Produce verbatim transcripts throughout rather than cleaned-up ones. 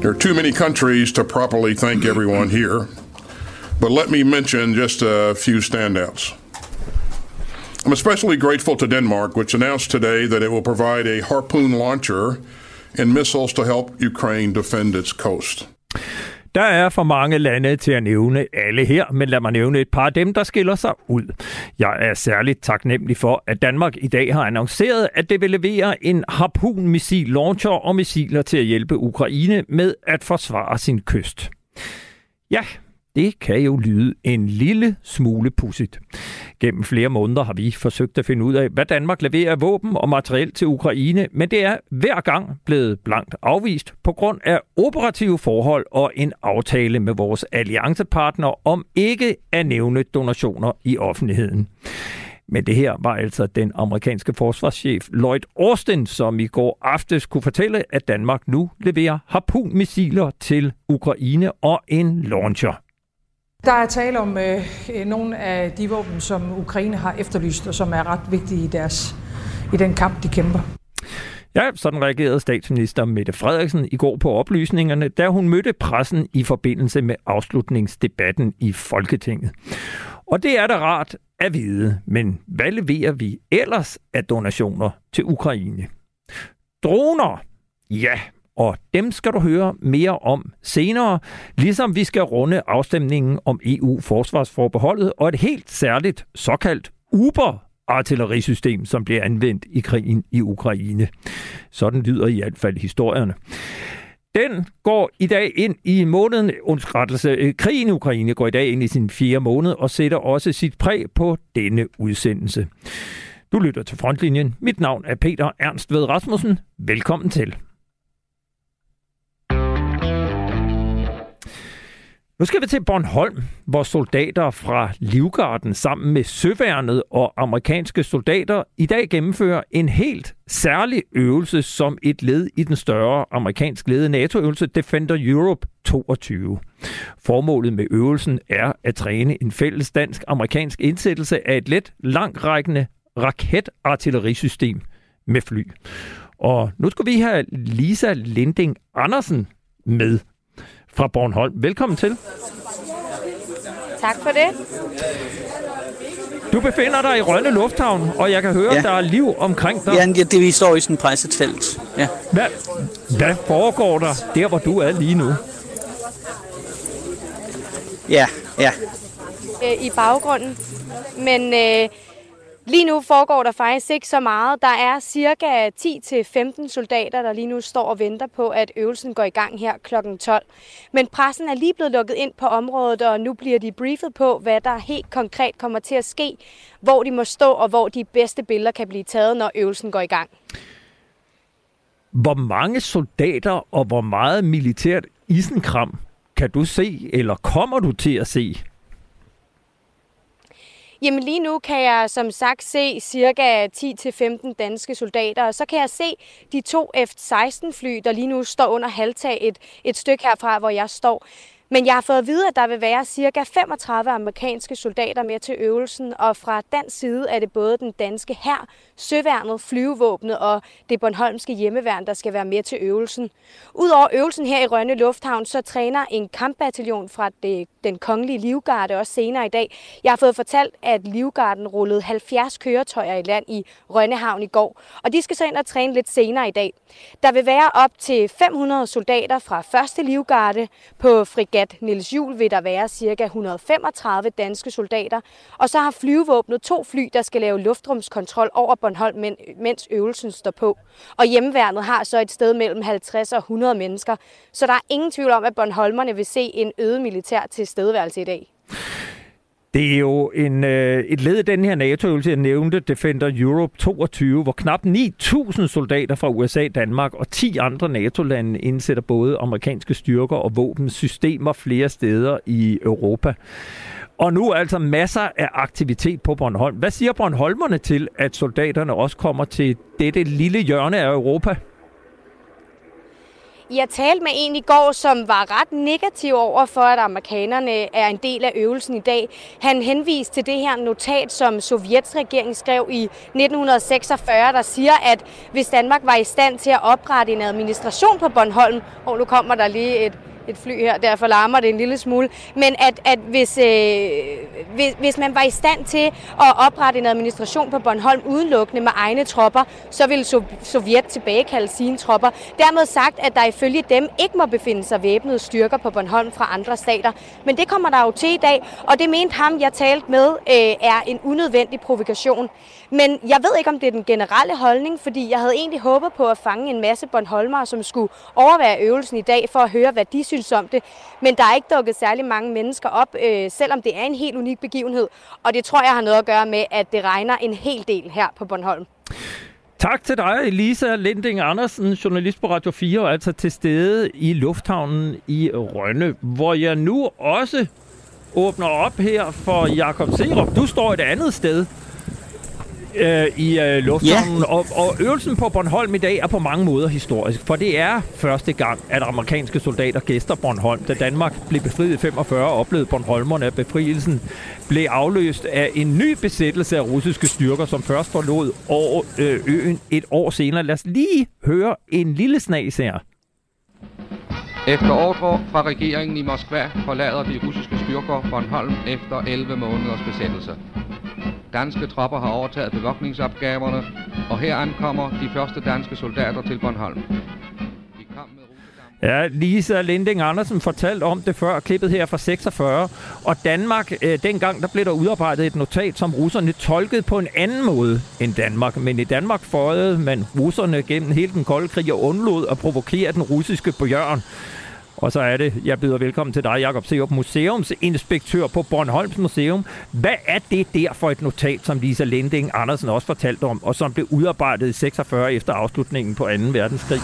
There are too many countries to properly thank everyone here, but let me mention just a few standouts. I'm especially grateful to Denmark, which announced today that it will provide a Harpoon launcher and missiles to help Ukraine defend its coast. Der er for mange lande til at nævne alle her, men lad mig nævne et par af dem, der skiller sig ud. Jeg er særligt taknemmelig for, at Danmark i dag har annonceret, at det vil levere en Harpoon-missil-launcher og missiler til at hjælpe Ukraine med at forsvare sin kyst. Ja, det kan jo lyde en lille smule pudsigt. Gennem flere måneder har vi forsøgt at finde ud af, hvad Danmark leverer af våben og materiel til Ukraine, men det er hver gang blevet blankt afvist på grund af operative forhold og en aftale med vores alliancepartnere om ikke at nævne donationer i offentligheden. Men det her var altså den amerikanske forsvarschef Lloyd Austin, som i går aftes kunne fortælle, at Danmark nu leverer Harpoon-missiler til Ukraine og en launcher. Der er tale om øh, nogle af de våben, som Ukraine har efterlyst, og som er ret vigtige i, deres, i den kamp, de kæmper. Ja, sådan reagerede statsminister Mette Frederiksen i går på oplysningerne, da hun mødte pressen i forbindelse med afslutningsdebatten i Folketinget. Og det er da rart at vide, men hvad leverer vi ellers af donationer til Ukraine? Droner? Ja, og dem skal du høre mere om senere, ligesom vi skal runde afstemningen om E U-forsvarsforbeholdet og et helt særligt såkaldt Uber-artillerisystem, som bliver anvendt i krigen i Ukraine. Sådan lyder i hvert fald historierne. Den går i dag ind i måneden, undskyldelse, krigen i Ukraine går i dag ind i sin fjerde måned og sætter også sit præg på denne udsendelse. Du lytter til Frontlinjen. Mit navn er Peter Ernst Ved Rasmussen. Velkommen til. Nu skal vi til Bornholm, hvor soldater fra Livgarden sammen med Søværnet og amerikanske soldater i dag gennemfører en helt særlig øvelse som et led i den større amerikansk ledede NATO-øvelse Defender Europe toogtyve. Formålet med øvelsen er at træne en fælles dansk-amerikansk indsættelse af et let langtrækkende raketartillerisystem med fly. Og nu skal vi have Lisa Linding Andersen med fra Bornholm. Velkommen til. Tak for det. Du befinder dig i Rønne Lufthavn, og jeg kan høre, ja. Der er liv omkring dig. Ja, det vi står i sådan et pressetelt. Ja. Hvad, hvad foregår der der, hvor du er lige nu? Ja, ja. I baggrunden. Men øh, lige nu foregår der faktisk ikke så meget. Der er cirka ti til femten soldater, der lige nu står og venter på, at øvelsen går i gang her klokken tolv. Men pressen er lige blevet lukket ind på området, og nu bliver de briefet på, hvad der helt konkret kommer til at ske, hvor de må stå, og hvor de bedste billeder kan blive taget, når øvelsen går i gang. Hvor mange soldater og hvor meget militært isenkram kan du se, eller kommer du til at se? Jamen lige nu kan jeg som sagt se cirka ti til femten danske soldater, og så kan jeg se de to F seksten fly, der lige nu står under halvtag et, et stykke herfra, hvor jeg står. Men jeg har fået at vide, at der vil være cirka femogtredive amerikanske soldater med til øvelsen, og fra den side er det både den danske hær, Søværnet, flyvevåbnet og det bornholmske hjemmeværn, der skal være med til øvelsen. Udover øvelsen her i Rønne Lufthavn, så træner en kampbataljon fra det, den kongelige Livgarde også senere i dag. Jeg har fået fortalt, at Livgarden rullede halvfjerds køretøjer i land i Rønne Havn i går, og de skal så ind og træne lidt senere i dag. Der vil være op til fem hundrede soldater fra første Livgarde. På fregat Niels Juel vil der være ca. et hundrede og femogtredive danske soldater, og så har flyvevåbnet to fly, der skal lave luftrumskontrol over Bornholm, mens øvelsen står på. Og hjemmeværnet har så et sted mellem halvtreds og hundrede mennesker, så der er ingen tvivl om, at bornholmerne vil se en øget militær tilstedeværelse i dag. Det er jo en, øh, et led i den her NATO-øvelse, jeg nævnte, Defender Europe toogtyve, hvor knap ni tusind soldater fra U S A, Danmark og ti andre NATO-lande indsætter både amerikanske styrker og våbensystemer flere steder i Europa. Og nu altså masser af aktivitet på Bornholm. Hvad siger bornholmerne til, at soldaterne også kommer til dette lille hjørne af Europa? Jeg talte med en i går, som var ret negativ over for, at amerikanerne er en del af øvelsen i dag. Han henviste til det her notat, som Sovjets regering skrev i nitten seksogfyrre, der siger, at hvis Danmark var i stand til at oprette en administration på Bornholm, og nu kommer der lige et et fly her, derfor larmer det en lille smule, men at, at hvis, øh, hvis, hvis man var i stand til at oprette en administration på Bornholm udelukkende med egne tropper, så ville Sovjet tilbagekalde sine tropper. Dermed sagt, at der ifølge dem ikke må befinde sig væbnede styrker på Bornholm fra andre stater. Men det kommer der jo til i dag, og det mente ham, jeg talte med, øh, er en unødvendig provokation. Men jeg ved ikke, om det er den generelle holdning, fordi jeg havde egentlig håbet på at fange en masse bornholmere, som skulle overvære øvelsen i dag for at høre, hvad de synes om det. Men der er ikke dukket særlig mange mennesker op, øh, selvom det er en helt unik begivenhed. Og det tror jeg har noget at gøre med, at det regner en hel del her på Bornholm. Tak til dig, Lisa Linding Andersen, journalist på Radio fire, altså til stede i lufthavnen i Rønne, hvor jeg nu også åbner op her for Jakob Seerup. Du står et andet sted øh, i øh, lufthavnen, yeah. og, og øvelsen på Bornholm i dag er på mange måder historisk, for det er første gang, at amerikanske soldater gæster Bornholm. Da Danmark blev befriet i femogfyrre, oplevede bornholmerne, at befrielsen blev afløst af en ny besættelse af russiske styrker, som først forlod over, øh, øen et år senere. Lad os lige høre en lille snas her. Efter ordre fra regeringen i Moskva forlader de russiske styrker Bornholm efter elleve måneders besættelse. Danske tropper har overtaget bevogtningsopgaverne, og her ankommer de første danske soldater til Bornholm. De kom med Ja, Lisa Linding Andersen fortalte om det før, klippet her fra seksogfyrre. Og Danmark, øh, dengang der blev der udarbejdet et notat, som russerne tolkede på en anden måde end Danmark. Men i Danmark føjede man russerne gennem hele den kolde krig og undlod at provokere den russiske bjørn. Og så er det, jeg byder velkommen til dig, Jakob Seerup, museumsinspektør på Bornholms Museum. Hvad er det der for et notat, som Lisa Linding Andersen også fortalte om, og som blev udarbejdet i seksogfyrre efter afslutningen på anden verdenskrig?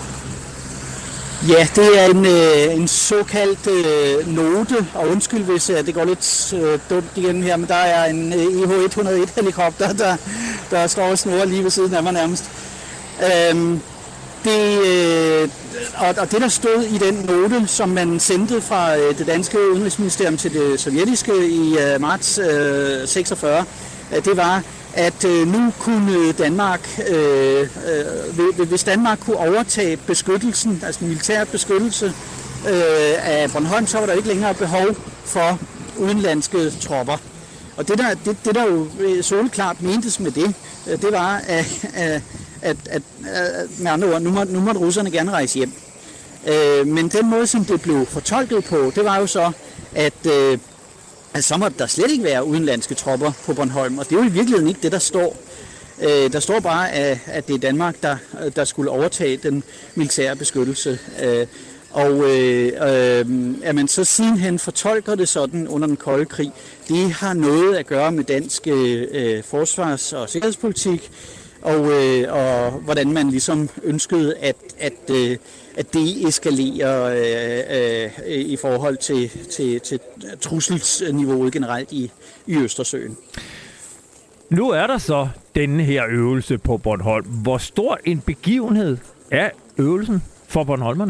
Ja, det er en, øh, en såkaldt øh, note, og undskyld hvis øh, det går lidt øh, dumt igen her, men der er en øh, E H et hundrede og en helikopter, der, der står og snurrer lige ved siden af mig nærmest. Øhm, det, øh, og, og det der stod i den note, som man sendte fra øh, det danske udenrigsministerium til det sovjetiske i øh, marts øh, seksogfyrre, øh, det var, at øh, nu kunne Danmark, øh, øh, hvis Danmark kunne overtage beskyttelsen, altså den militære beskyttelse øh, af Bornholm, så var der ikke længere behov for udenlandske tropper. Og det der, det, det der jo soleklart mentes med det, det var, at, at, at, at med andre ord, nu må, nu måtte russerne gerne rejse hjem. Øh, men den måde, som det blev fortolket på, det var jo så, at øh, Altså, så må der slet ikke være udenlandske tropper på Bornholm, og det er jo i virkeligheden ikke det, der står. Øh, der står bare, at det er Danmark, der, der skulle overtage den militære beskyttelse. Øh, og øh, øh, at man så sidenhen fortolker det sådan under den kolde krig, det har noget at gøre med dansk øh, forsvars- og sikkerhedspolitik, og, øh, og hvordan man ligesom ønskede, at, at, øh, at det eskalerer øh, øh, i forhold til, til, til trusselsniveauet generelt i, i Østersøen. Nu er der så denne her øvelse på Bornholm. Hvor stor en begivenhed er øvelsen for bornholmerne?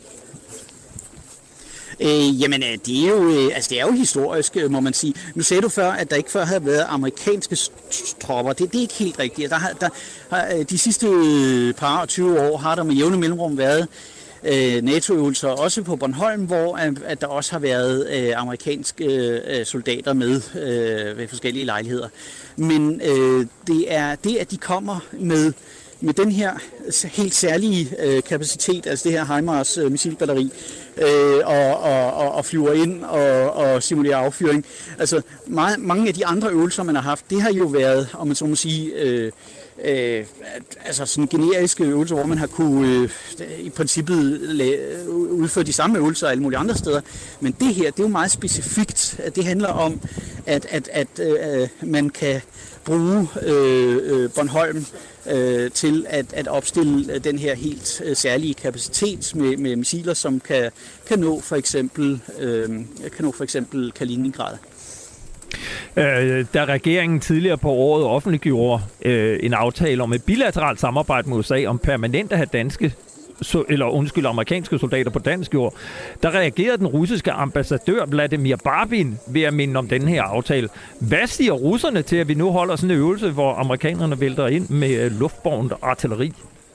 Øh, jamen, det er, jo, altså, det er jo historisk, må man sige. Nu sagde du før, at der ikke før havde været amerikanske tropper. Det, det er ikke helt rigtigt. Der har, der har, de sidste par og tyve år har der med jævne mellemrum været øh, NATO-øvelser, også på Bornholm, hvor at der også har været øh, amerikanske øh, soldater med øh, ved forskellige lejligheder. Men øh, det er det, at de kommer med med den her helt særlige øh, kapacitet, altså det her HIMARS øh, missilbatteri, øh, og, og, og, og flyver ind og, og simulerer affyring. Altså meget, mange af de andre øvelser, man har haft, det har jo været, om man så må sige, øh, øh, altså sådan generiske øvelser, hvor man har kunne øh, i princippet la- udføre de samme øvelser alle mulige andre steder. Men det her, det er jo meget specifikt. Det handler om, at, at, at øh, man kan bruge øh, øh, Bornholm øh, til at, at opstille den her helt øh, særlige kapacitet med, med missiler, som kan, kan nå for eksempel øh, kan nå for eksempel Kaliningrad. Øh, da regeringen tidligere på året offentliggjorde øh, en aftale om et bilateralt samarbejde med U S A om permanent at have danske eller undskyld, amerikanske soldater på dansk jord, der reagerede den russiske ambassadør Vladimir Barbin ved at minde om den her aftale. Hvad siger russerne til, at vi nu holder sådan en øvelse, hvor amerikanerne vælter ind med luftbårent artilleri?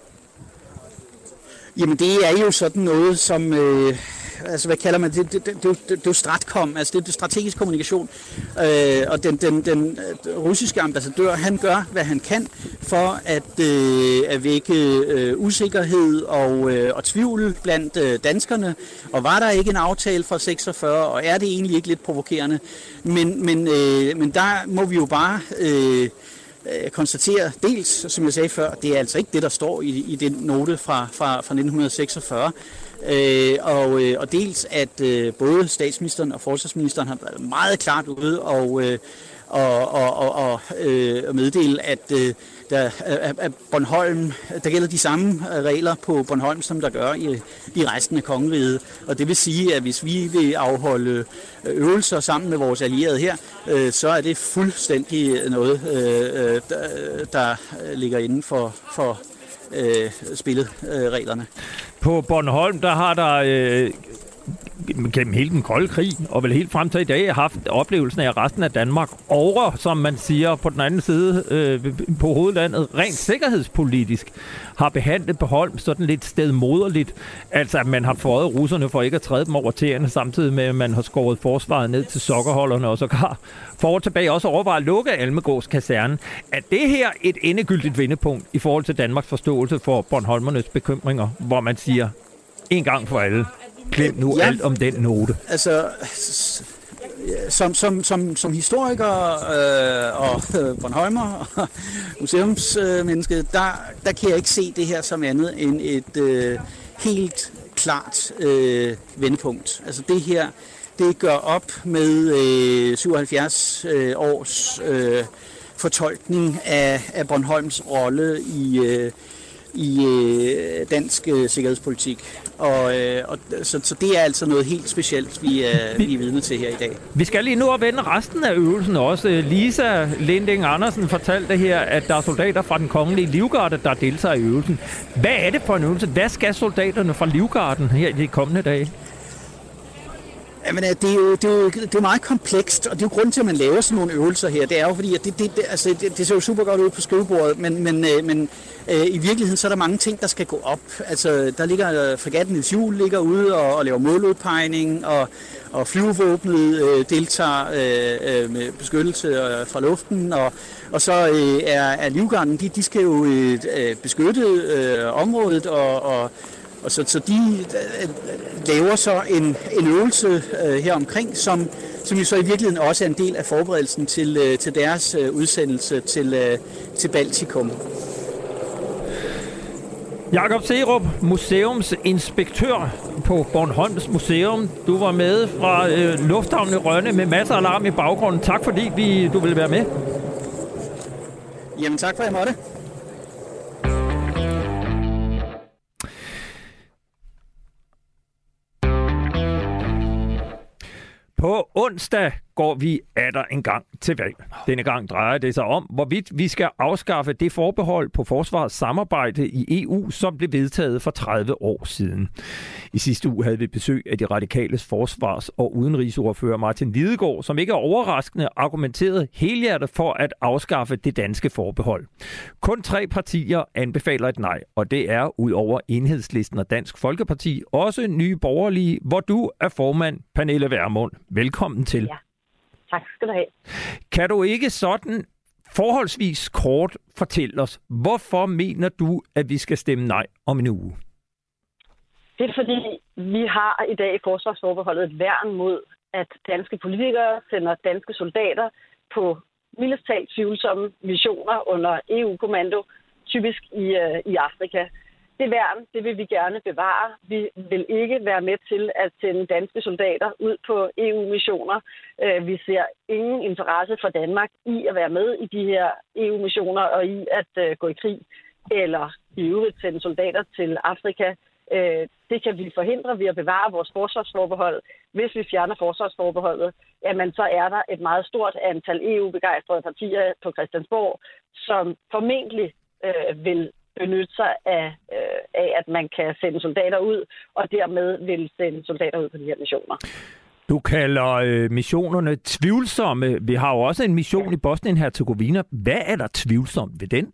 Jamen det er jo sådan noget som, øh, altså hvad kalder man det, det, det, det, det er jo stratkom, altså det er strategisk kommunikation, øh, og den, den, den russiske ambassadør, han gør, hvad han kan for at, øh, at vække øh, usikkerhed og, øh, og tvivl blandt øh, danskerne, og var der ikke en aftale fra seksogfyrre, og er det egentlig ikke lidt provokerende, men, men, øh, men der må vi jo bare... Øh, konstatere dels, som jeg sagde før, det er altså ikke det, der står i, i den note fra, fra, fra nitten seksogfyrre, øh, og, øh, og dels, at øh, både statsministeren og forsvarsministeren har været meget klart ude og, øh, og, og, og, og øh, meddele, at øh, der, at Bornholm, der gælder de samme regler på Bornholm, som der gør i, i resten af kongeriget. Og det vil sige, at hvis vi vil afholde øvelser sammen med vores allierede her, øh, så er det fuldstændig noget, øh, der, der ligger inden for, for øh, spillereglerne. På Bornholm, der har der... Øh gennem hele den kolde krig, og vel helt frem til i dag, har haft oplevelsen af resten af Danmark over, som man siger på den anden side øh, på hovedlandet, rent sikkerhedspolitisk, har behandlet Bornholm sådan lidt stedmoderligt. Altså, at man har fået russerne for ikke at træde dem over tæerne, samtidig med, at man har skåret forsvaret ned til sokkerholderne, og så kan for tilbage også overveje at lukke Almegårds kaserne. Er det her et endegyldigt vendepunkt i forhold til Danmarks forståelse for Bornholmernes bekymringer, hvor man siger, en gang for alle, glem nu ja. alt om den note. Altså, som, som, som, som historiker øh, og øh, Bornholmer og museumsmenneske, øh, der, der kan jeg ikke se det her som andet end et øh, helt klart øh, vendepunkt. Altså det her, det gør op med øh, syvoghalvfjerds øh, års øh, fortolkning af, af Bornholms rolle i øh, i øh, dansk øh, sikkerhedspolitik. Og, øh, og, så, så det er altså noget helt specielt, vi er, vi er vidne til her i dag. Vi skal lige nu at vende resten af øvelsen også. Lisa Linding Andersen fortalte her, at der er soldater fra den kongelige livgarde, der deltager i øvelsen. Hvad er det for en øvelse? Hvad skal soldaterne fra livgarden her i de kommende dage? Jamen, det er, jo, det, er jo, det er jo meget komplekst, og det er jo grunden til, at man laver sådan nogle øvelser her. Det er jo fordi, at det, det, det, altså, det, det ser jo super godt ud på skrivebordet, men, men, men øh, i virkeligheden så er der mange ting, der skal gå op. Altså, der ligger øh, fregatten Niels Juel ligger ude og, og laver måludpegning, og, og flyvevåbnet øh, deltager øh, med beskyttelse øh, fra luften, og, og så øh, er, er livgarden, de, de skal jo øh, beskytte øh, området, og, og Og så, så de øh, laver så en, en øvelse øh, her omkring, som, som jo så i virkeligheden også er en del af forberedelsen til, øh, til deres øh, udsendelse til, øh, til Baltikum. Jakob Serup, museumsinspektør på Bornholms Museum. Du var med fra øh, Lufthavnen i Rønne med masser af alarm i baggrunden. Tak fordi vi, du ville være med. Jamen tak for, at jeg måtte. På onsdag går vi atter en gang til valg. Denne gang drejer det sig om, hvorvidt vi skal afskaffe det forbehold på forsvarets samarbejde i E U, som blev vedtaget for tredive år siden. I sidste uge havde vi besøg af de radikales forsvars- og udenrigsordfører Martin Lidegaard, som ikke er overraskende argumenterede helhjertet for at afskaffe det danske forbehold. Kun tre partier anbefaler et nej, og det er ud over Enhedslisten og Dansk Folkeparti også Nye Borgerlige, hvor du er formand, Pernille Vermund. Velkommen til. Ja. Tak skal du have. Kan du ikke sådan forholdsvis kort fortælle os, hvorfor mener du, at vi skal stemme nej om en uge? Det er fordi, vi har i dag i forsvarsforbeholdet et værn mod, at danske politikere sender danske soldater på mildest talt tvivlsomme missioner under E U-kommando, typisk i, uh, i Afrika. Det værn, det vil vi gerne bevare. Vi vil ikke være med til at sende danske soldater ud på E U-missioner. Vi ser ingen interesse for Danmark i at være med i de her E U-missioner og i at gå i krig eller i øvrigt sende soldater til Afrika. Det kan vi forhindre ved at bevare vores forsvarsforbehold. Hvis vi fjerner forsvarsforbeholdet, jamen så er der et meget stort antal E U-begejstrede partier på Christiansborg, som formentlig øh, vil benytte sig af, øh, af, at man kan sende soldater ud, og dermed vil sende soldater ud på de her missioner. Du kalder øh, missionerne tvivlsomme. Vi har jo også en mission i Bosnien-Herzegovina. Hvad er der tvivlsomt ved den?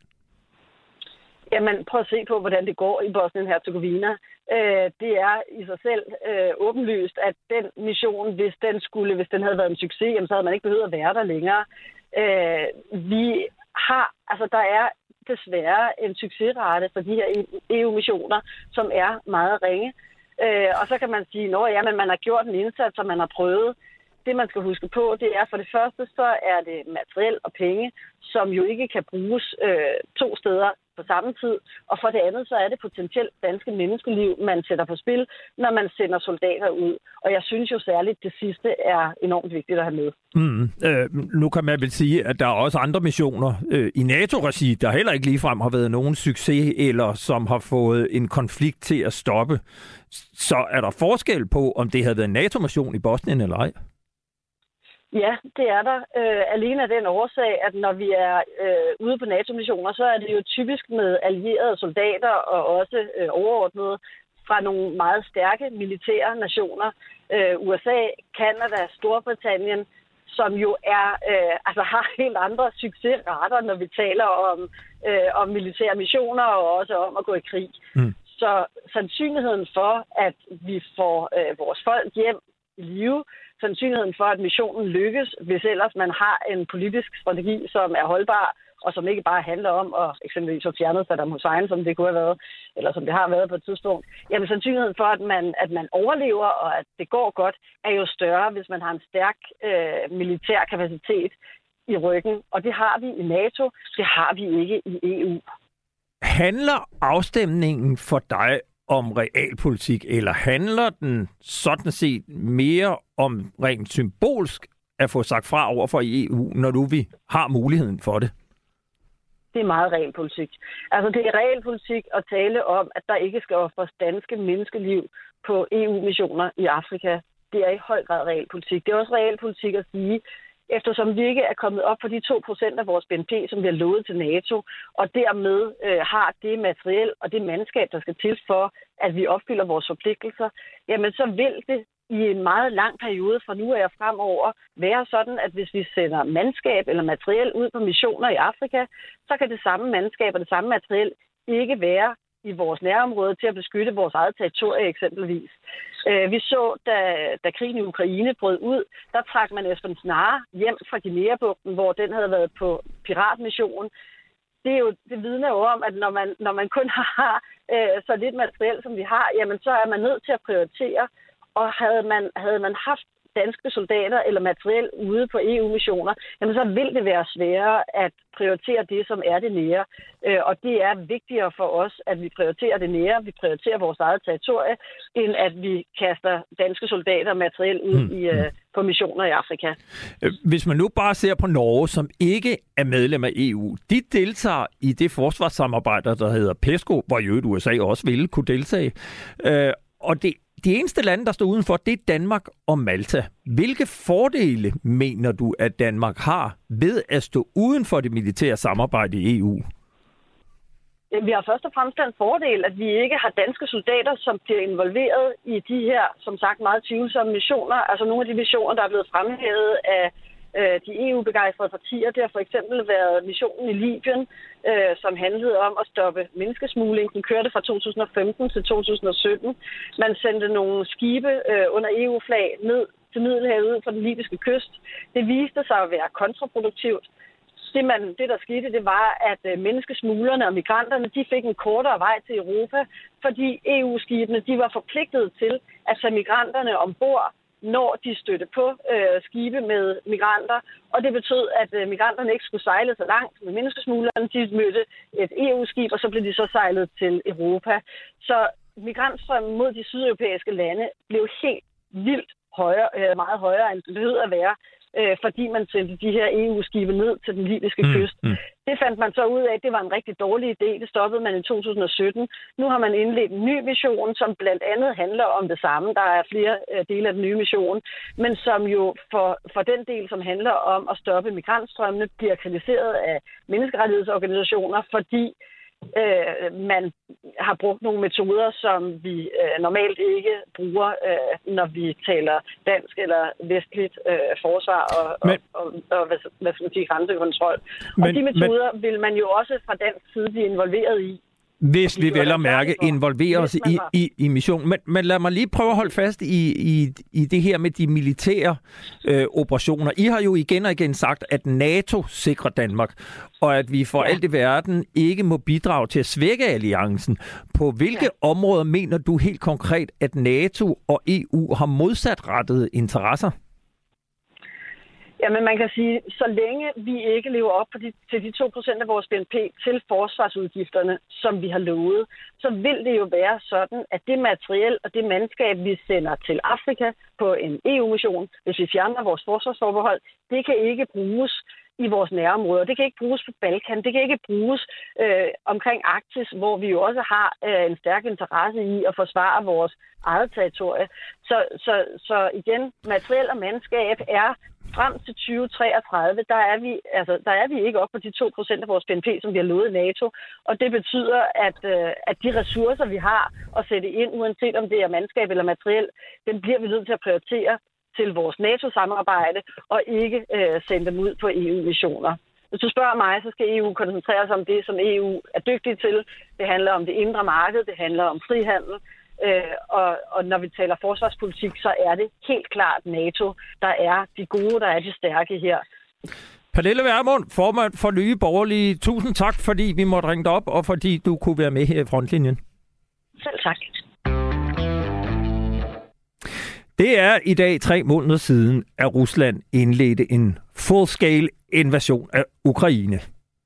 Jamen, prøv at se på, hvordan det går i Bosnien-Herzegovina. Øh, det er i sig selv øh, åbenlyst, at den mission, hvis den skulle, hvis den havde været en succes, jamen, så havde man ikke behøvet at være der længere. Øh, vi har, altså der er desværre en succesrate for de her E U-missioner, som er meget ringe. Øh, og så kan man sige, at ja, men man har gjort en indsats, og man har prøvet. Det, man skal huske på, det er for det første, så er det materiel og penge, som jo ikke kan bruges øh, to steder på samme tid. Og for det andet, så er det potentielt danske menneskeliv, man sætter på spil, når man sender soldater ud. Og jeg synes jo særligt, det sidste er enormt vigtigt at have med. Mm, øh, nu kan man vel sige, at der er også andre missioner øh, i NATO-regi, der heller ikke ligefrem har været nogen succes, eller som har fået en konflikt til at stoppe. Så er der forskel på, om det havde været en NATO-mission i Bosnien eller ej? Ja, det er der. Øh, alene af den årsag, at når vi er øh, ude på NATO-missioner, så er det jo typisk med allierede soldater og også øh, overordnede fra nogle meget stærke militære nationer. Øh, U S A, Canada, Storbritannien, som jo er, øh, altså har helt andre succesrater, når vi taler om, øh, om militære missioner og også om at gå i krig. Mm. Så sandsynligheden for, at vi får øh, vores folk hjem i live, sandsynligheden for, at missionen lykkes, hvis ellers man har en politisk strategi, som er holdbar, og som ikke bare handler om at eksempelvis få fjernet Saddam Hussein, som det kunne have været, eller som det har været på et tidspunkt. Jamen sandsynligheden for, at man, at man overlever, og at det går godt, er jo større, hvis man har en stærk øh, militær kapacitet i ryggen. Og det har vi i NATO, det har vi ikke i E U. Handler afstemningen for dig om realpolitik, eller handler den sådan set mere om rent symbolsk at få sagt fra over for E U, når nu vi har muligheden for det? Det er meget realpolitik. Altså det er realpolitik at tale om, at der ikke skal offres danske menneskeliv på E U-missioner i Afrika. Det er i høj grad realpolitik. Det er også realpolitik at sige, eftersom vi ikke er kommet op på de to procent af vores B N P, som vi har lovet til NATO, og dermed øh, har det materiel og det mandskab, der skal til for, at vi opfylder vores forpligtelser, jamen så vil det i en meget lang periode fra nu af og fremover være sådan, at hvis vi sender mandskab eller materiel ud på missioner i Afrika, så kan det samme mandskab og det samme materiel ikke være i vores nærområde til at beskytte vores eget territorie eksempelvis. Øh, vi så, da, da krigen i Ukraine brød ud, der trak man Esbern Snare hjem fra Guinea-bugten, hvor den havde været på piratmission. Det, er jo, det vidner jo om, at når man, når man kun har øh, så lidt materiel, som vi har, jamen så er man nødt til at prioritere. Og havde man, havde man haft danske soldater eller materiel ude på E U-missioner, jamen så vil det være sværere at prioritere det, som er det nære. Øh, og det er vigtigere for os, at vi prioriterer det nære, vi prioriterer vores eget territorie, end at vi kaster danske soldater materiel ud mm. i, øh, på missioner i Afrika. Hvis man nu bare ser på Norge, som ikke er medlem af E U, de deltager i det forsvarssamarbejde, der hedder PESCO, hvor jo U S A også ville kunne deltage. Øh, og det De eneste lande, der står udenfor, det er Danmark og Malta. Hvilke fordele mener du, at Danmark har ved at stå uden for det militære samarbejde i E U? Vi har først og fremmest en fordel, at vi ikke har danske soldater, som bliver involveret i de her, som sagt, meget tvivlsomme missioner. Altså nogle af de missioner, der er blevet fremhævet af de E U-begejstrede partier. Det har for eksempel været missionen i Libyen, øh, som handlede om at stoppe menneskesmugling. Den kørte fra to tusind og femten til to tusind og sytten. Man sendte nogle skibe øh, under E U-flag ned til Middelhavet ud fra den libyske kyst. Det viste sig at være kontraproduktivt. Det, man, det der skete, det var, at øh, menneskesmuglerne og migranterne, de fik en kortere vej til Europa, fordi E U-skibene, de var forpligtet til at tage migranterne ombord, når de stødte på øh, skibe med migranter. Og det betød, at øh, migranterne ikke skulle sejle så langt med menneskesmuglerne. De mødte et E U-skib, og så blev de så sejlet til Europa. Så migrantstrømmen mod de sydeuropæiske lande blev helt vildt højere, øh, meget højere, end det lød at være, øh, fordi man sendte de her E U-skibe ned til den libyske mm, kyst. Mm. Det fandt man så ud af, at det var en rigtig dårlig idé. Det stoppede man i to tusind og sytten. Nu har man indledt en ny mission, som blandt andet handler om det samme. Der er flere øh, dele af den nye mission, men som jo for, for den del, som handler om at stoppe migrantstrømmene, bliver kritiseret af menneskerettighedsorganisationer, fordi Øh, man har brugt nogle metoder, som vi øh, normalt ikke bruger, øh, når vi taler dansk eller vestligt øh, forsvar og, men, og, og, og hvad, hvad skal man sige, grænsekontrol. Men, og de metoder men, vil man jo også fra dansk side blive involveret i. Hvis vi vel at mærke involverer os i, i, i missionen. Men, men lad mig lige prøve at holde fast i, i, i det her med de militære øh, operationer. I har jo igen og igen sagt, at NATO sikrer Danmark, og at vi for ja. alt i verden ikke må bidrage til at svække alliancen. På hvilke ja. områder mener du helt konkret, at NATO og E U har modsatrettede interesser? Jamen man kan sige, så længe vi ikke lever op på de, til de to procent af vores B N P til forsvarsudgifterne, som vi har lovet, så vil det jo være sådan, at det materiel og det mandskab, vi sender til Afrika på en E U-mission, hvis vi fjerner vores forsvarsforbehold, det kan ikke bruges i vores nærområder. Det kan ikke bruges på Balkan. Det kan ikke bruges øh, omkring Arktis, hvor vi jo også har øh, en stærk interesse i at forsvare vores eget territorie. Så, så, så igen, materiel og mandskab er frem til tyve treogtredive, der er vi, altså, der er vi ikke oppe på de to procent af vores B N P, som vi har lovet NATO. Og det betyder, at, øh, at de ressourcer, vi har at sætte ind, uanset om det er mandskab eller materiel, den bliver vi nødt til at prioritere til vores NATO-samarbejde, og ikke øh, sende dem ud på E U-missioner. Hvis du spørger mig, så skal E U koncentrere sig om det, som E U er dygtig til. Det handler om det indre marked, det handler om frihandel, øh, og, og når vi taler forsvarspolitik, så er det helt klart NATO, der er de gode, der er de stærke her. Pernille Vermund, formand for Nye Borgerlige. Tusind tak, fordi vi måtte ringe dig op, og fordi du kunne være med her i frontlinjen. Selv tak. Det er i dag tre måneder siden, at Rusland indledte en full-scale invasion af Ukraine.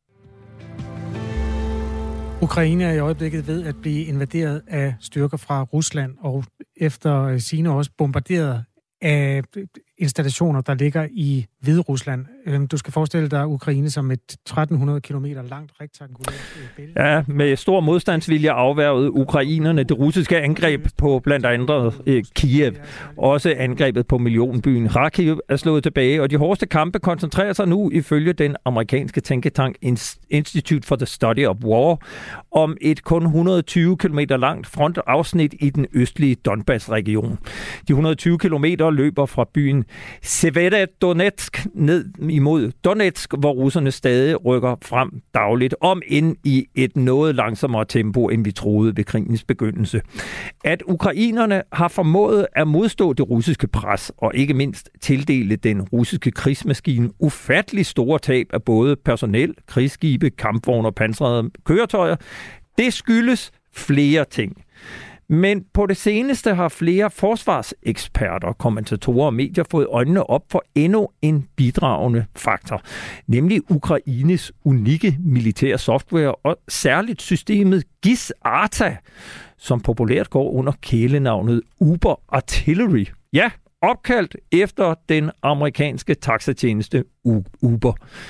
Ukraine er i øjeblikket ved at blive invaderet af styrker fra Rusland, og efter sigende også bombarderet af installationer, der ligger i Hviderusland. Du skal forestille dig Ukraine som et tretten hundrede kilometer langt rektangulært bælte. Ja, med stor modstandsvilje afværgede ukrainerne det russiske angreb på blandt andet eh, Kiev. Også angrebet på millionbyen Kharkiv er slået tilbage, og de hårdeste kampe koncentrerer sig nu ifølge den amerikanske tænketank Institute for the Study of War om et kun et hundrede og tyve kilometer langt frontafsnit i den østlige Donbass-region. De et hundrede og tyve kilometer løber fra byen Severodonetsk ned imod Donetsk, hvor russerne stadig rykker frem dagligt, om end i et noget langsommere tempo, end vi troede ved krigens begyndelse. At ukrainerne har formået at modstå det russiske pres, og ikke mindst tildele den russiske krigsmaskine ufattelig store tab af både personel, krigsskibe, kampvogne og pansrede køretøjer, det skyldes flere ting. Men på det seneste har flere forsvarseksperter, kommentatorer og medier fået øjnene op for endnu en bidragende faktor, nemlig Ukraines unikke militære software og særligt systemet GIS-ARTA, som populært går under kælenavnet Uber Artillery. Ja, opkaldt efter den amerikanske taxatjeneste Uber.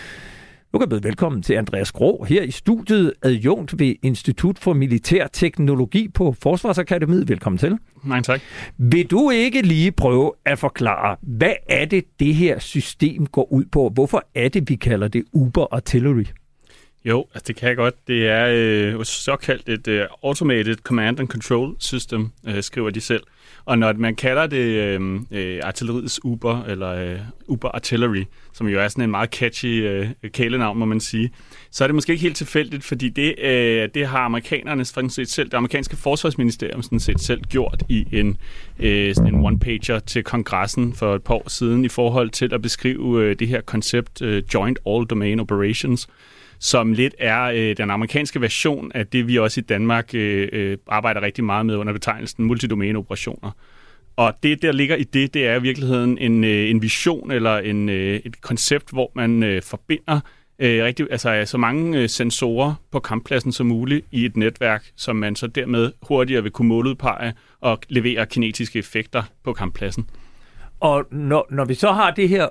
Nu kan jeg byde velkommen til Andreas Grå her i studiet, adjunkt ved Institut for Militær Teknologi på Forsvarsakademiet. Velkommen til. Nej, tak. Vil du ikke lige prøve at forklare, hvad er det, det her system går ud på? Hvorfor er det, vi kalder det Uber Artillery? Jo, altså det kan jeg godt. Det er øh, såkaldt et øh, Automated Command and Control System, øh, skriver de selv. Og når man kalder det øh, øh, artilleriets Uber, eller øh, Uber Artillery, som jo er sådan en meget catchy øh, kælenavn, må man sige, så er det måske ikke helt tilfældigt, fordi det, øh, det har amerikanerne sådan set selv, det amerikanske forsvarsministerium sådan set selv gjort i en, øh, sådan en one-pager til kongressen for et par år siden, i forhold til at beskrive øh, det her koncept øh, Joint All Domain Operations, som lidt er øh, den amerikanske version af det, vi også i Danmark øh, arbejder rigtig meget med under betegnelsen multidomæneoperationer. Og det, der ligger i det, det er i virkeligheden en, øh, en vision eller en, øh, et koncept, hvor man øh, forbinder øh, rigtig, altså, så mange øh, sensorer på kamppladsen som muligt i et netværk, som man så dermed hurtigere vil kunne måludpege og levere kinetiske effekter på kamppladsen. Og når, når vi så har det her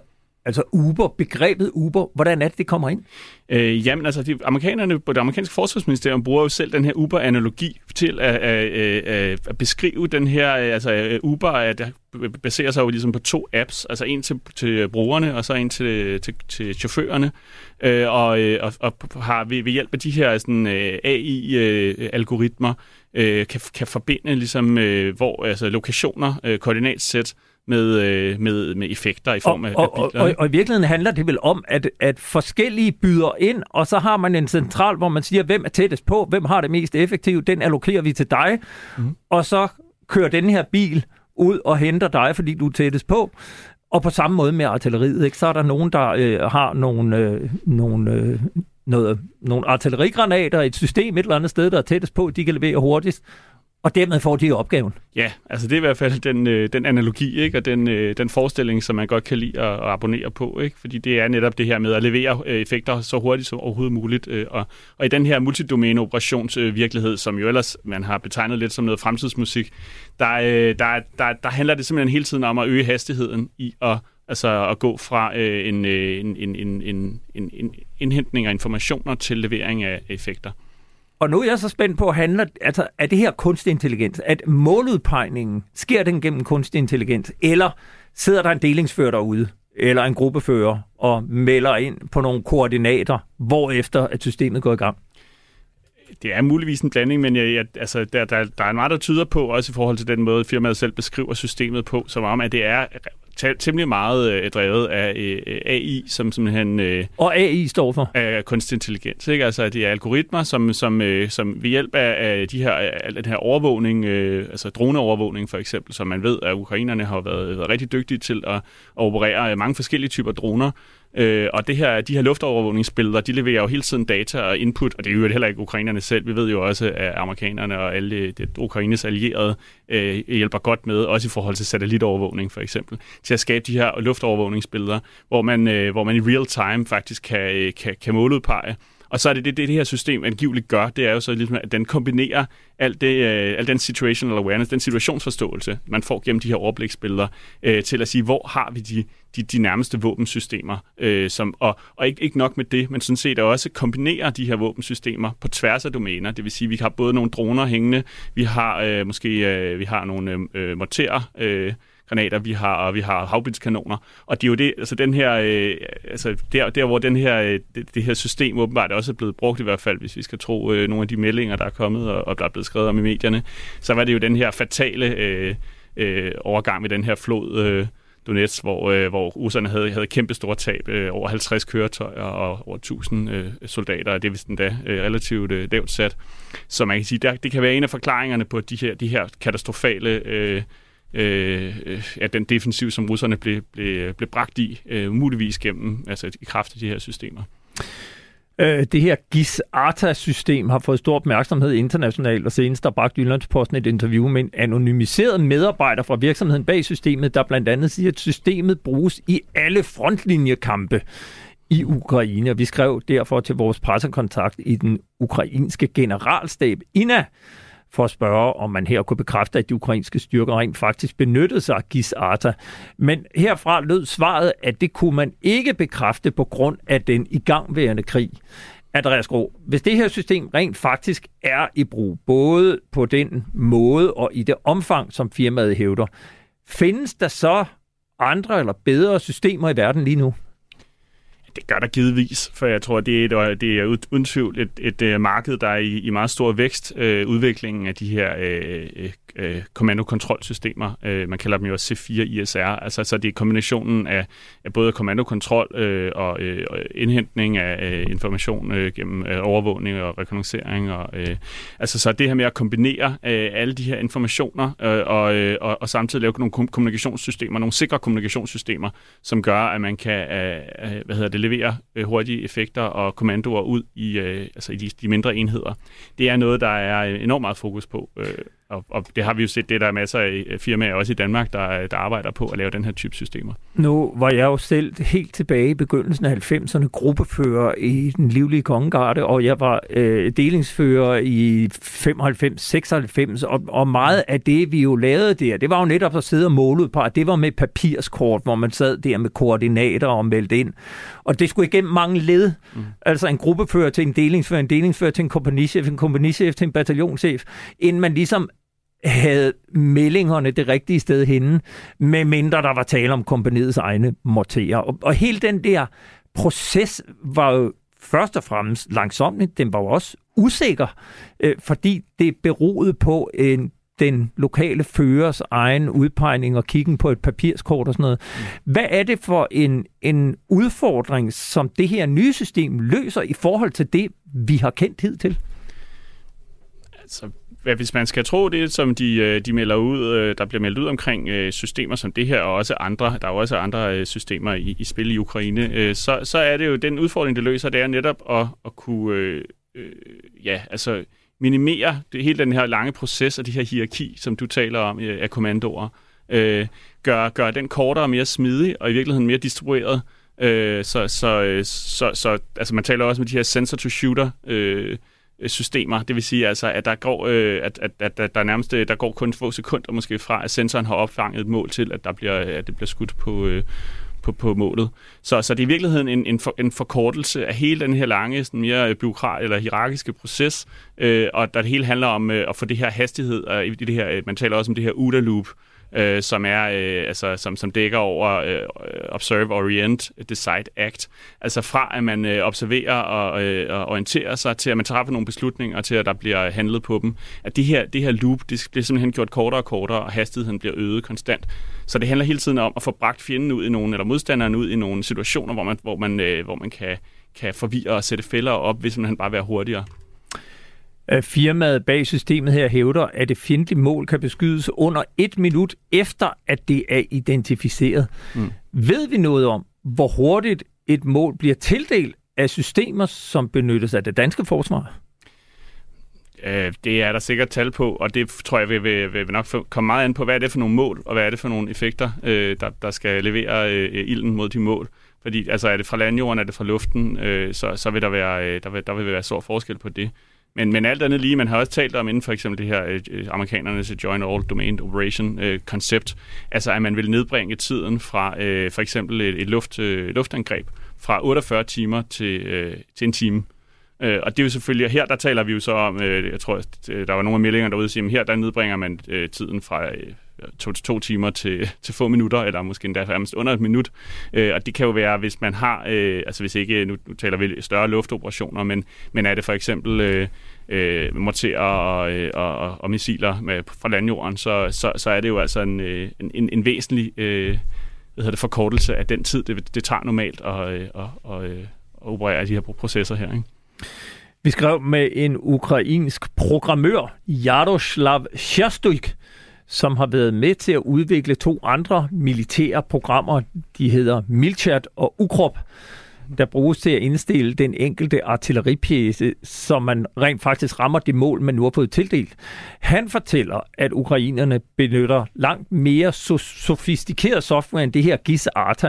Altså Uber, begrebet Uber, hvordan er det, det kommer ind? Øh, jamen altså, de amerikanerne på det amerikanske forsvarsministerium bruger jo selv den her Uber-analogi til at, at, at, at beskrive den her, altså Uber at baserer sig jo ligesom på to apps, altså en til, til brugerne, og så en til, til, til chaufførerne, øh, og, og, og har ved, ved hjælp af de her sådan, A I-algoritmer øh, kan, kan forbinde ligesom, øh, hvor, altså, lokationer, øh, koordinatsæt, Med, med, med effekter i form af, og, af biler. Og, og, og i virkeligheden handler det vel om, at, at forskellige byder ind, og så har man en central, hvor man siger, hvem er tættest på, hvem har det mest effektivt, den allokerer vi til dig, mm. og så kører den her bil ud og henter dig, fordi du er tættest på. Og på samme måde med artilleriet, ikke? Så er der nogen, der øh, har nogle, øh, nogle, øh, noget, nogle artillerigranater i et system et eller andet sted, der er tættest på, de kan levere hurtigst. Og dermed får de opgaven. Ja, altså det er i hvert fald den, øh, den analogi, ikke? Og den, øh, den forestilling, som man godt kan lide at, at abonnere på, ikke? Fordi det er netop det her med at levere øh, effekter så hurtigt som overhovedet muligt. Øh, og, og i den her multidomæne-operationsvirkelighed, øh, som jo ellers man har betegnet lidt som noget fremtidsmusik, der, øh, der, der, der handler det simpelthen hele tiden om at øge hastigheden i at Altså at gå fra øh, en, en, en, en, en, en, en indhentning af informationer til levering af effekter. Og nu er jeg så spændt på, handler, altså, er det her kunstig intelligens? At måludpegningen, sker den gennem kunstig intelligens? Eller sidder der en delingsfører derude, eller en gruppefører, og melder ind på nogle koordinater, hvorefter at systemet går i gang? Det er muligvis en blanding, men jeg, jeg, altså, der, der, der er meget, der tyder på, også i forhold til den måde, firmaet selv beskriver systemet på, som om, at det er temmelig meget øh, drevet af øh, A I, som simpelthen... Øh, og A I står for? Af kunstig intelligens, ikke? Altså, det er algoritmer, som, som, øh, som ved hjælp af, af de her, af den her overvågning, øh, altså droneovervågning for eksempel, som man ved, at ukrainerne har været, været rigtig dygtige til at, at operere mange forskellige typer droner. Øh, og det her, de her luftovervågningsbilleder, de leverer jo hele tiden data og input, og det er jo heller ikke ukrainerne selv. Vi ved jo også, at amerikanerne og alle det, Ukraines allierede øh, hjælper godt med, også i forhold til satellitovervågning for eksempel, til at skabe de her luftovervågningsbilleder, hvor man, øh, hvor man i real time faktisk kan, kan, kan måludpege. Og så er det det, det, det her system angiveligt gør, det er jo så ligesom, at den kombinerer alt, det, øh, alt den situational awareness, den situationsforståelse, man får gennem de her overbliksbilleder, øh, til at sige, hvor har vi de, de, de nærmeste våbensystemer. Øh, som, og og ikke, ikke nok med det, men sådan set også kombinerer de her våbensystemer på tværs af domæner. Det vil sige, at vi har både nogle droner hængende, vi har øh, måske øh, vi har nogle øh, morterer, øh, granater, vi har, og vi har havbindskanoner. Og det er jo det, altså den her, øh, altså der, der hvor den her, øh, det, det her system åbenbart også er blevet brugt i hvert fald, hvis vi skal tro øh, nogle af de meldinger, der er kommet, og, og der er blevet skrevet om i medierne, så var det jo den her fatale øh, øh, overgang med den her flod øh, Donetsk, hvor, øh, hvor russerne havde, havde kæmpe store tab, øh, over halvtreds køretøjer og over tusind øh, soldater, og det er vist endda øh, relativt øh, lavt sat. Så man kan sige, der, det kan være en af forklaringerne på de her, de her katastrofale øh, Øh, ja, den defensiv, som russerne blev, blev, blev bragt i, øh, muligvis gennem, altså i kraft af de her systemer. Øh, det her G I S-ARTA-system har fået stor opmærksomhed internationalt, og senest der bragte Jyllandsposten et interview med en anonymiseret medarbejder fra virksomheden bag systemet, der blandt andet siger, at systemet bruges i alle frontlinjekampe i Ukraine. Og vi skrev derfor til vores pressekontakt i den ukrainske generalstab, I N A, for at spørge, om man her kunne bekræfte, at de ukrainske styrker rent faktisk benyttede sig af G I S-ARTA. Men herfra lød svaret, at det kunne man ikke bekræfte på grund af den igangværende krig. Andreas Graa, hvis det her system rent faktisk er i brug, både på den måde og i det omfang, som firmaet hævder, findes der så andre eller bedre systemer i verden lige nu? Det gør der givetvis, for jeg tror, det er, et, det er uden tvivl et, et, et marked, der er i, i meget stor vækst. Øh, udviklingen af de her øh, øh, kommandokontrolsystemer, øh, man kalder dem jo også C fire I S R, altså så det er kombinationen af, af både kommandokontrol øh, og, øh, og indhentning af øh, information øh, gennem øh, overvågning og rekognoscering. Og, øh, altså så det her med at kombinere øh, alle de her informationer øh, og, øh, og, og samtidig lave nogle kommunikationssystemer, nogle sikre kommunikationssystemer, som gør, at man kan øh, hvad hedder det, levere øh, hurtige effekter og kommandoer ud i, øh, altså i de, de mindre enheder. Det er noget, der er enormt meget fokus på. Øh, og, og det har vi jo set, det der er masser af firmaer også i Danmark, der, der arbejder på at lave den her type systemer. Nu var jeg jo selv helt tilbage i begyndelsen af halvfemserne gruppefører i den livlige kongegarde, og jeg var øh, delingsfører i femoghalvfems seksoghalvfems, og, og meget af det, vi jo lavede der, det var jo netop at sidde og måle ud på, at det var med papirskort, hvor man sad der med koordinater og meldte ind. Og det skulle igennem mange led. Mm. Altså en gruppefører til en delingsfører, en delingsfører til en kompagnichef, en kompagnichef til en bataljonschef, inden man ligesom havde meldingerne det rigtige sted henne, med mindre der var tale om kompagniets egne morterer. Og, og hele den der proces var jo først og fremmest langsomligt, den var jo også usikker, øh, fordi det beroede på en den lokale førers egen udpegning og kiggen på et papirskort og sådan noget. Hvad er det for en, en udfordring, som det her nye system løser i forhold til det, vi har kendt hidtil? Altså, hvis man skal tro det, som de, de melder ud, der bliver meldt ud omkring systemer som det her, og også andre, der er også andre systemer i, i spil i Ukraine, så, så er det jo den udfordring, det løser, det er netop at, at kunne øh, øh, ja, altså minimere det, hele den her lange proces og det her hierarki, som du taler om af kommandoer, øh, gør, gør den kortere og mere smidig, og i virkeligheden mere distribueret. Øh, så, så, så, så altså man taler også med de her sensor-to-shooter øh, systemer, det vil sige altså, at der går, øh, at, at, at, at der nærmest der går kun få sekunder måske fra, at sensoren har opfanget et mål til, at der bliver, at det bliver skudt på øh, På, på målet. Så, så det er i virkeligheden en, en, for, en forkortelse af hele den her lange, sådan mere bureaukrat- eller hierarkiske proces, øh, og der det hele handler om øh, at få det her hastighed, og i det her, man taler også om det her O O D A-loop, øh, som er øh, altså som, som dækker over øh, Observe, Orient, Decide, Act. Altså fra at man øh, observerer og, øh, og orienterer sig til at man træffer nogle beslutninger til at der bliver handlet på dem. At det her det her loop, det bliver simpelthen gjort kortere og kortere, og hastigheden bliver øget konstant. Så det handler hele tiden om at få bragt fjenden ud i nogle eller modstanderen ud i nogle situationer, hvor man hvor man øh, hvor man kan kan forvirre og sætte fælder op, hvis man bare være hurtigere. Firmaet bag systemet her hævder, at det fjendtlige mål kan beskydes under et minut efter, at det er identificeret. Mm. Ved vi noget om, hvor hurtigt et mål bliver tildelt af systemer, som benyttes af det danske forsvar? Det er der sikkert tal på, og det tror jeg vil, vil, vil nok komme meget an på, hvad er det for nogle mål, og hvad er det for nogle effekter, der, der skal levere ilden mod de mål. Fordi altså, er det fra landjorden, er det fra luften, så, så vil der være, der vil, der vil være stor forskel på det. Men, men alt andet lige, man har også talt om inden for eksempel det her øh, amerikanernes Joint All Domain Operation øh, koncept, altså at man vil nedbringe tiden fra øh, for eksempel et, et luft, øh, luftangreb fra otteogfyrre timer til, øh, til en time. Øh, og det er jo selvfølgelig, her der taler vi jo så om, øh, jeg tror, der var nogle af meldingerne derude, der her der nedbringer man øh, tiden fra øh, to til to timer til, til få minutter, eller måske endda nærmest under et minut. Øh, og det kan jo være, hvis man har, øh, altså hvis ikke, nu, nu taler vi større luftoperationer, men, men er det for eksempel øh, øh, morterer og, og, og, og missiler med, fra landjorden, så, så, så er det jo altså en, en, en, en væsentlig øh, hvad hedder det, forkortelse af den tid, det, det tager normalt at, at, at, at, at operere de her processer her, ikke? Vi skrev med en ukrainsk programmør, Jaroslav Sjastuik, som har været med til at udvikle to andre militære programmer. De hedder Milchat og Ukrop, der bruges til at indstille den enkelte artilleripjece, så man rent faktisk rammer det mål, man nu har fået tildelt. Han fortæller, at ukrainerne benytter langt mere so- sofistikeret software end det her G I S A-Arta.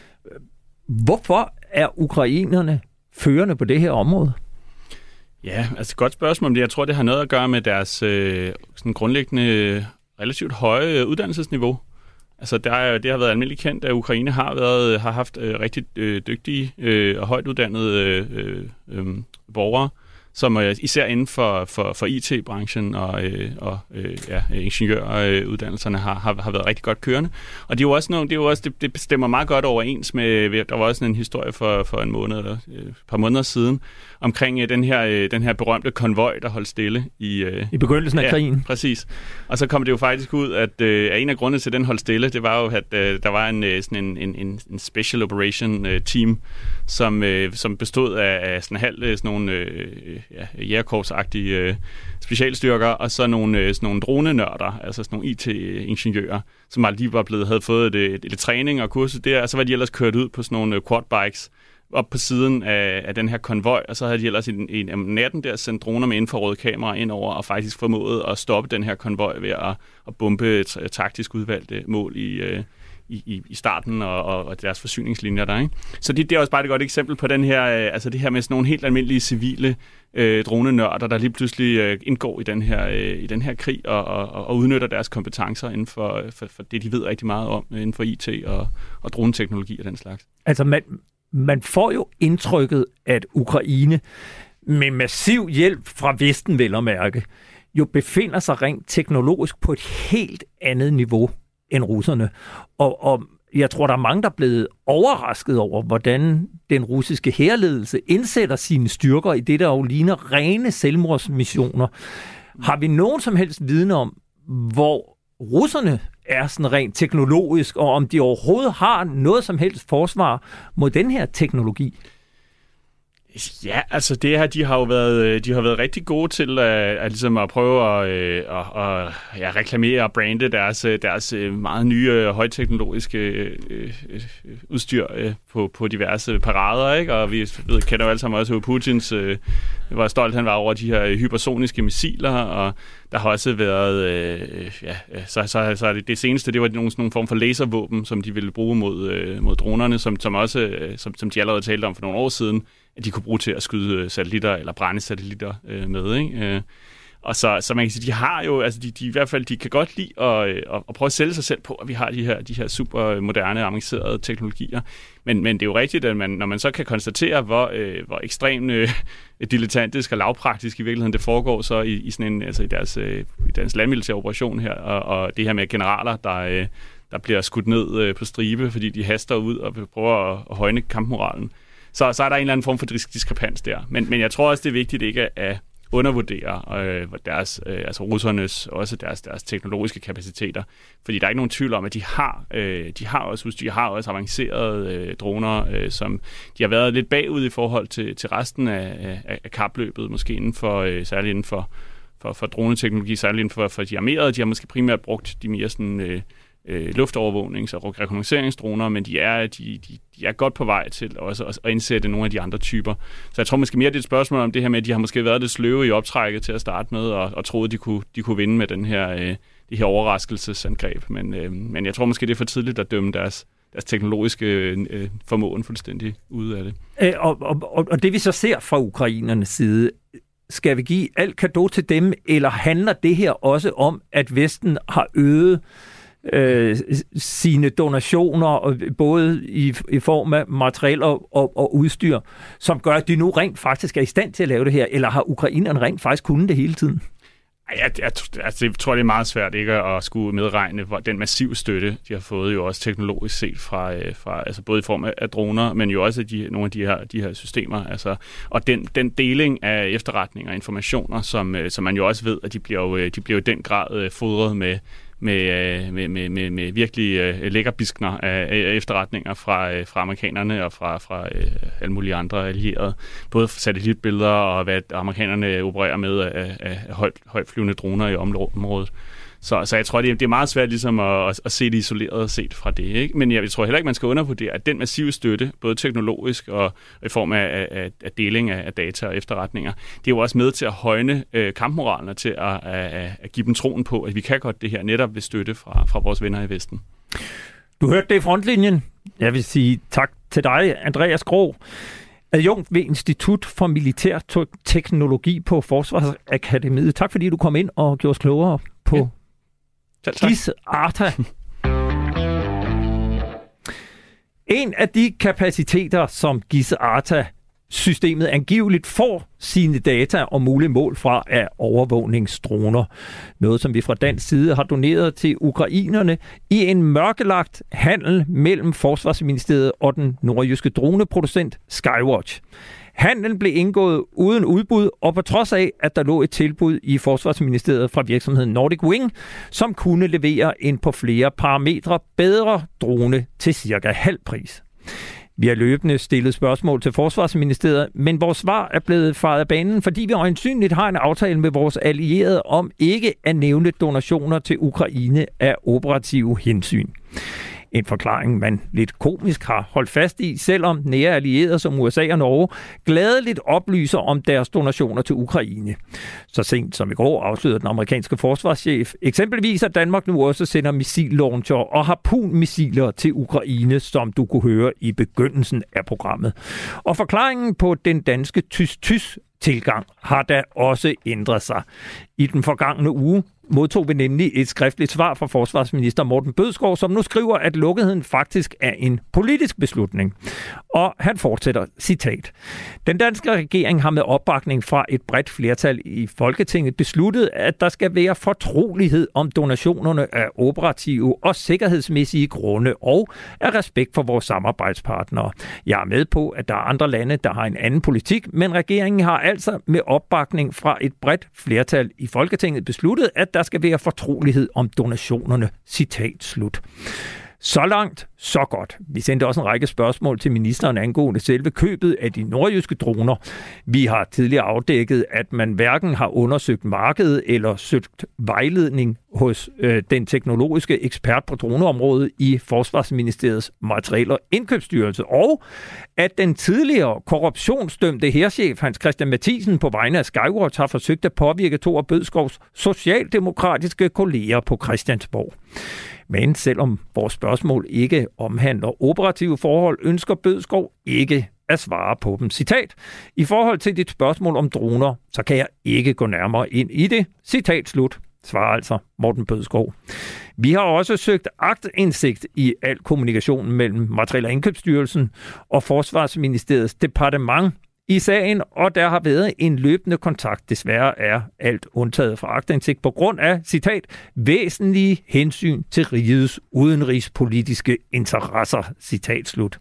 Hvorfor er ukrainerne førende på det her område? Ja, altså godt spørgsmål, men jeg tror, det har noget at gøre med deres øh, sådan grundlæggende relativt høje uddannelsesniveau. Altså der er, det har været almindeligt kendt, at Ukraine har været har haft øh, rigtig øh, dygtige øh, og højt uddannede øh, øh, borgere, som øh, især inden for, for, for I T-branchen og, øh, og øh, ja, ingeniøruddannelserne har, har, har været rigtig godt kørende. Og det er jo også nogle, det er jo også det, det bestemmer meget godt overens med, der var også en historie for, for en måned eller et par måneder siden omkring øh, den her øh, den her berømte konvoj, der holdt stille i øh, i begyndelsen af ja, krigen. Præcis. Og så kom det jo faktisk ud, at, øh, at en af grundene til den holdt stille, det var jo, at øh, der var en øh, sådan en, en, en special operation øh, team, som øh, som bestod af, af sådan halv sådan nogle øh, ja, jægerkorpsagtige øh, specialstyrker, og så nogle, øh, sådan nogle dronenørder, altså sådan nogle I T-ingeniører, som lige var blevet, havde fået et, et, et træning og kursus der, og så var de ellers kørt ud på sådan nogle quadbikes, op på siden af, af den her konvoj, og så havde de ellers en, en, om natten der sendt droner med infrarøde kameraer ind over, og faktisk formået at stoppe den her konvoj ved at, at bombe taktisk udvalgte mål i, i, i starten og, og deres forsyningslinjer der, ikke? Så det, det er også bare et godt eksempel på den her, altså det her med sådan nogle helt almindelige civile øh, dronenørder, der lige pludselig øh, indgår i den her, øh, i den her krig og, og, og udnytter deres kompetencer inden for, for, for det, de ved rigtig meget om inden for I T og, og droneteknologi og den slags. Altså man, man får jo indtrykket, at Ukraine med massiv hjælp fra Vesten, vel at mærke, jo befinder sig rent teknologisk på et helt andet niveau end russerne. Og, og jeg tror, der er mange, der er blevet overrasket over, hvordan den russiske hærledelse indsætter sine styrker i det, der jo ligner rene selvmordsmissioner. Har vi nogen som helst viden om, hvor russerne er sådan rent teknologisk, og om de overhovedet har noget som helst forsvar mod den her teknologi? Ja, altså det her, de har jo været, de har været rigtig gode til at, at, ligesom at prøve at, at, at ja, reklamere og brande deres, deres meget nye højteknologiske udstyr på, på diverse parader, ikke? Og vi ved, kender jo alle sammen også Putins, hvor stolt han var over de her hypersoniske missiler, og der har også været, ja, så, så, så det, det seneste, det var nogle, nogle form for laservåben, som de ville bruge mod, mod dronerne, som, som også, som, som de allerede talte om for nogle år siden, at de kunne bruge til at skyde satellitter eller brænde satellitter øh, med, ikke? Øh, og så, så man kan sige, de har jo, altså de, de i hvert fald, de kan godt lide at, at, at prøve at sælge sig selv på, at vi har de her, de her super moderne, avancerede teknologier. Men, men det er jo rigtigt, at man, når man så kan konstatere, hvor, øh, hvor ekstremt øh, dilettantisk og lavpraktisk i virkeligheden det foregår, så i, i sådan en, altså i deres, øh, i deres landmilitære operation her, og, og det her med generaler, der, øh, der bliver skudt ned øh, på stribe, fordi de haster ud og prøver at, at højne kampmoralen. Så, så er der en eller anden form for diskrepans der. Men, men jeg tror også, det er vigtigt ikke at undervurdere øh, deres, øh, altså russernes, også deres, deres teknologiske kapaciteter. Fordi der er ikke nogen tvivl om, at de har, øh, de har også udstyr, de har også avancerede øh, droner, øh, som de har været lidt bagud i forhold til, til resten af, af, af kapløbet, måske inden for, øh, særligt inden for, for, for droneteknologi, særligt inden for, for de armerede. De har måske primært brugt de mere sådan... Øh, luftovervågnings- og rekognosceringsdroner, men de er, de, de, de er godt på vej til også at indsætte nogle af de andre typer. Så jeg tror måske mere, det er et spørgsmål om det her med, at de har måske været lidt sløve i optrækket til at starte med, og, og troede, de kunne, de kunne vinde med den her, øh, det her overraskelsesangreb. Men, øh, men jeg tror måske, det er for tidligt at dømme deres, deres teknologiske øh, formåen fuldstændig ude af det. Æ, og, og, og det vi så ser fra ukrainernes side, skal vi give alt cadeau til dem, eller handler det her også om, at Vesten har øget Øh, sine donationer, både i, i form af materiel og, og, og udstyr, som gør, at de nu rent faktisk er i stand til at lave det her, eller har ukrainerne rent faktisk kunnet det hele tiden? Jeg, jeg, altså, jeg tror, det er meget svært ikke at skulle medregne hvor den massive støtte, de har fået jo også teknologisk set fra, fra altså både i form af droner, men jo også de, nogle af de her, de her systemer. Altså, og den, den deling af efterretninger og informationer, som, som man jo også ved, at de bliver jo, de bliver jo i den grad fodret med Med, med, med, med, med virkelig uh, lækkerbiskner af, af efterretninger fra, uh, fra amerikanerne og fra, fra uh, alle mulige andre allierede. Både satellitbilleder og hvad amerikanerne opererer med af, af højt, højtflyvende droner i området. Så, så jeg tror, det er, det er meget svært ligesom at, at se det isoleret set fra det. Ikke? Men jeg tror heller ikke, man skal undervurdere, at den massive støtte, både teknologisk og i form af, af, af deling af, af data og efterretninger, det er jo også med til at højne øh, kampmoralen og til at, at, at give dem troen på, at vi kan godt det her netop ved støtte fra, fra vores venner i Vesten. Du hørte det i frontlinjen. Jeg vil sige tak til dig, Andreas Grå, adjunkt ved Institut for Militær Teknologi på Forsvarsakademiet. Tak fordi du kom ind og gjorde os klogere på ja. GIS Arta. En af de kapaciteter, som GIS Arta-systemet angiveligt får sine data og mulige mål fra, er overvågningsdroner. Noget, som vi fra dansk side har doneret til ukrainerne i en mørkelagt handel mellem Forsvarsministeriet og den nordjyske droneproducent Skywatch. Handlen blev indgået uden udbud, og på trods af, at der lå et tilbud i Forsvarsministeriet fra virksomheden Nordic Wing, som kunne levere en på flere parametre bedre drone til cirka halv pris. Vi har løbende stillet spørgsmål til Forsvarsministeriet, men vores svar er blevet faret af banen, fordi vi øjensynligt har en aftale med vores allierede om ikke at nævne donationer til Ukraine af operative hensyn. En forklaring, man lidt komisk har holdt fast i, selvom nære allierede som U S A og Norge gladeligt oplyser om deres donationer til Ukraine. Så sent som i går afslørede den amerikanske forsvarschef eksempelvis, at Danmark nu også sender missillauncher og harpunmissiler til Ukraine, som du kunne høre i begyndelsen af programmet. Og forklaringen på den danske tys-tys tilgang har da også ændret sig. I den forgangne uge modtog vi nemlig et skriftligt svar fra forsvarsminister Morten Bødskov, som nu skriver, at lukketheden faktisk er en politisk beslutning. Og han fortsætter, citat: Den danske regering har med opbakning fra et bredt flertal i Folketinget besluttet, at der skal være fortrolighed om donationerne af operative og sikkerhedsmæssige grunde og af respekt for vores samarbejdspartnere. Jeg er med på, at der er andre lande, der har en anden politik, men regeringen har altså med opbakning fra et bredt flertal i Folketinget besluttet, at der skal være fortrolighed om donationerne. Citat slut. Så langt, så godt. Vi sendte også en række spørgsmål til ministeren angående selve købet af de nordjyske droner. Vi har tidligere afdækket, at man hverken har undersøgt markedet eller søgt vejledning hos øh, den teknologiske ekspert på droneområdet i Forsvarsministeriets Materiel- og Indkøbsstyrelse, og at den tidligere korruptionsdømte hærchef Hans Christian Mathisen på vegne af Skywatch har forsøgt at påvirke Thor Bødskovs socialdemokratiske kolleger på Christiansborg. Men selvom vores spørgsmål ikke omhandler operative forhold, ønsker Bødskov ikke at svare på dem. Citat: I forhold til dit spørgsmål om droner, så kan jeg ikke gå nærmere ind i det. Citat slut, svarer altså Morten Bødskov. Vi har også søgt aktindsigt i al kommunikationen mellem Materiel- og Indkøbsstyrelsen og Forsvarsministeriets departement i sagen, og der har været en løbende kontakt. Desværre er alt undtaget fra aktindsigt på grund af, citat, væsentlige hensyn til rigets udenrigspolitiske interesser, citat slut.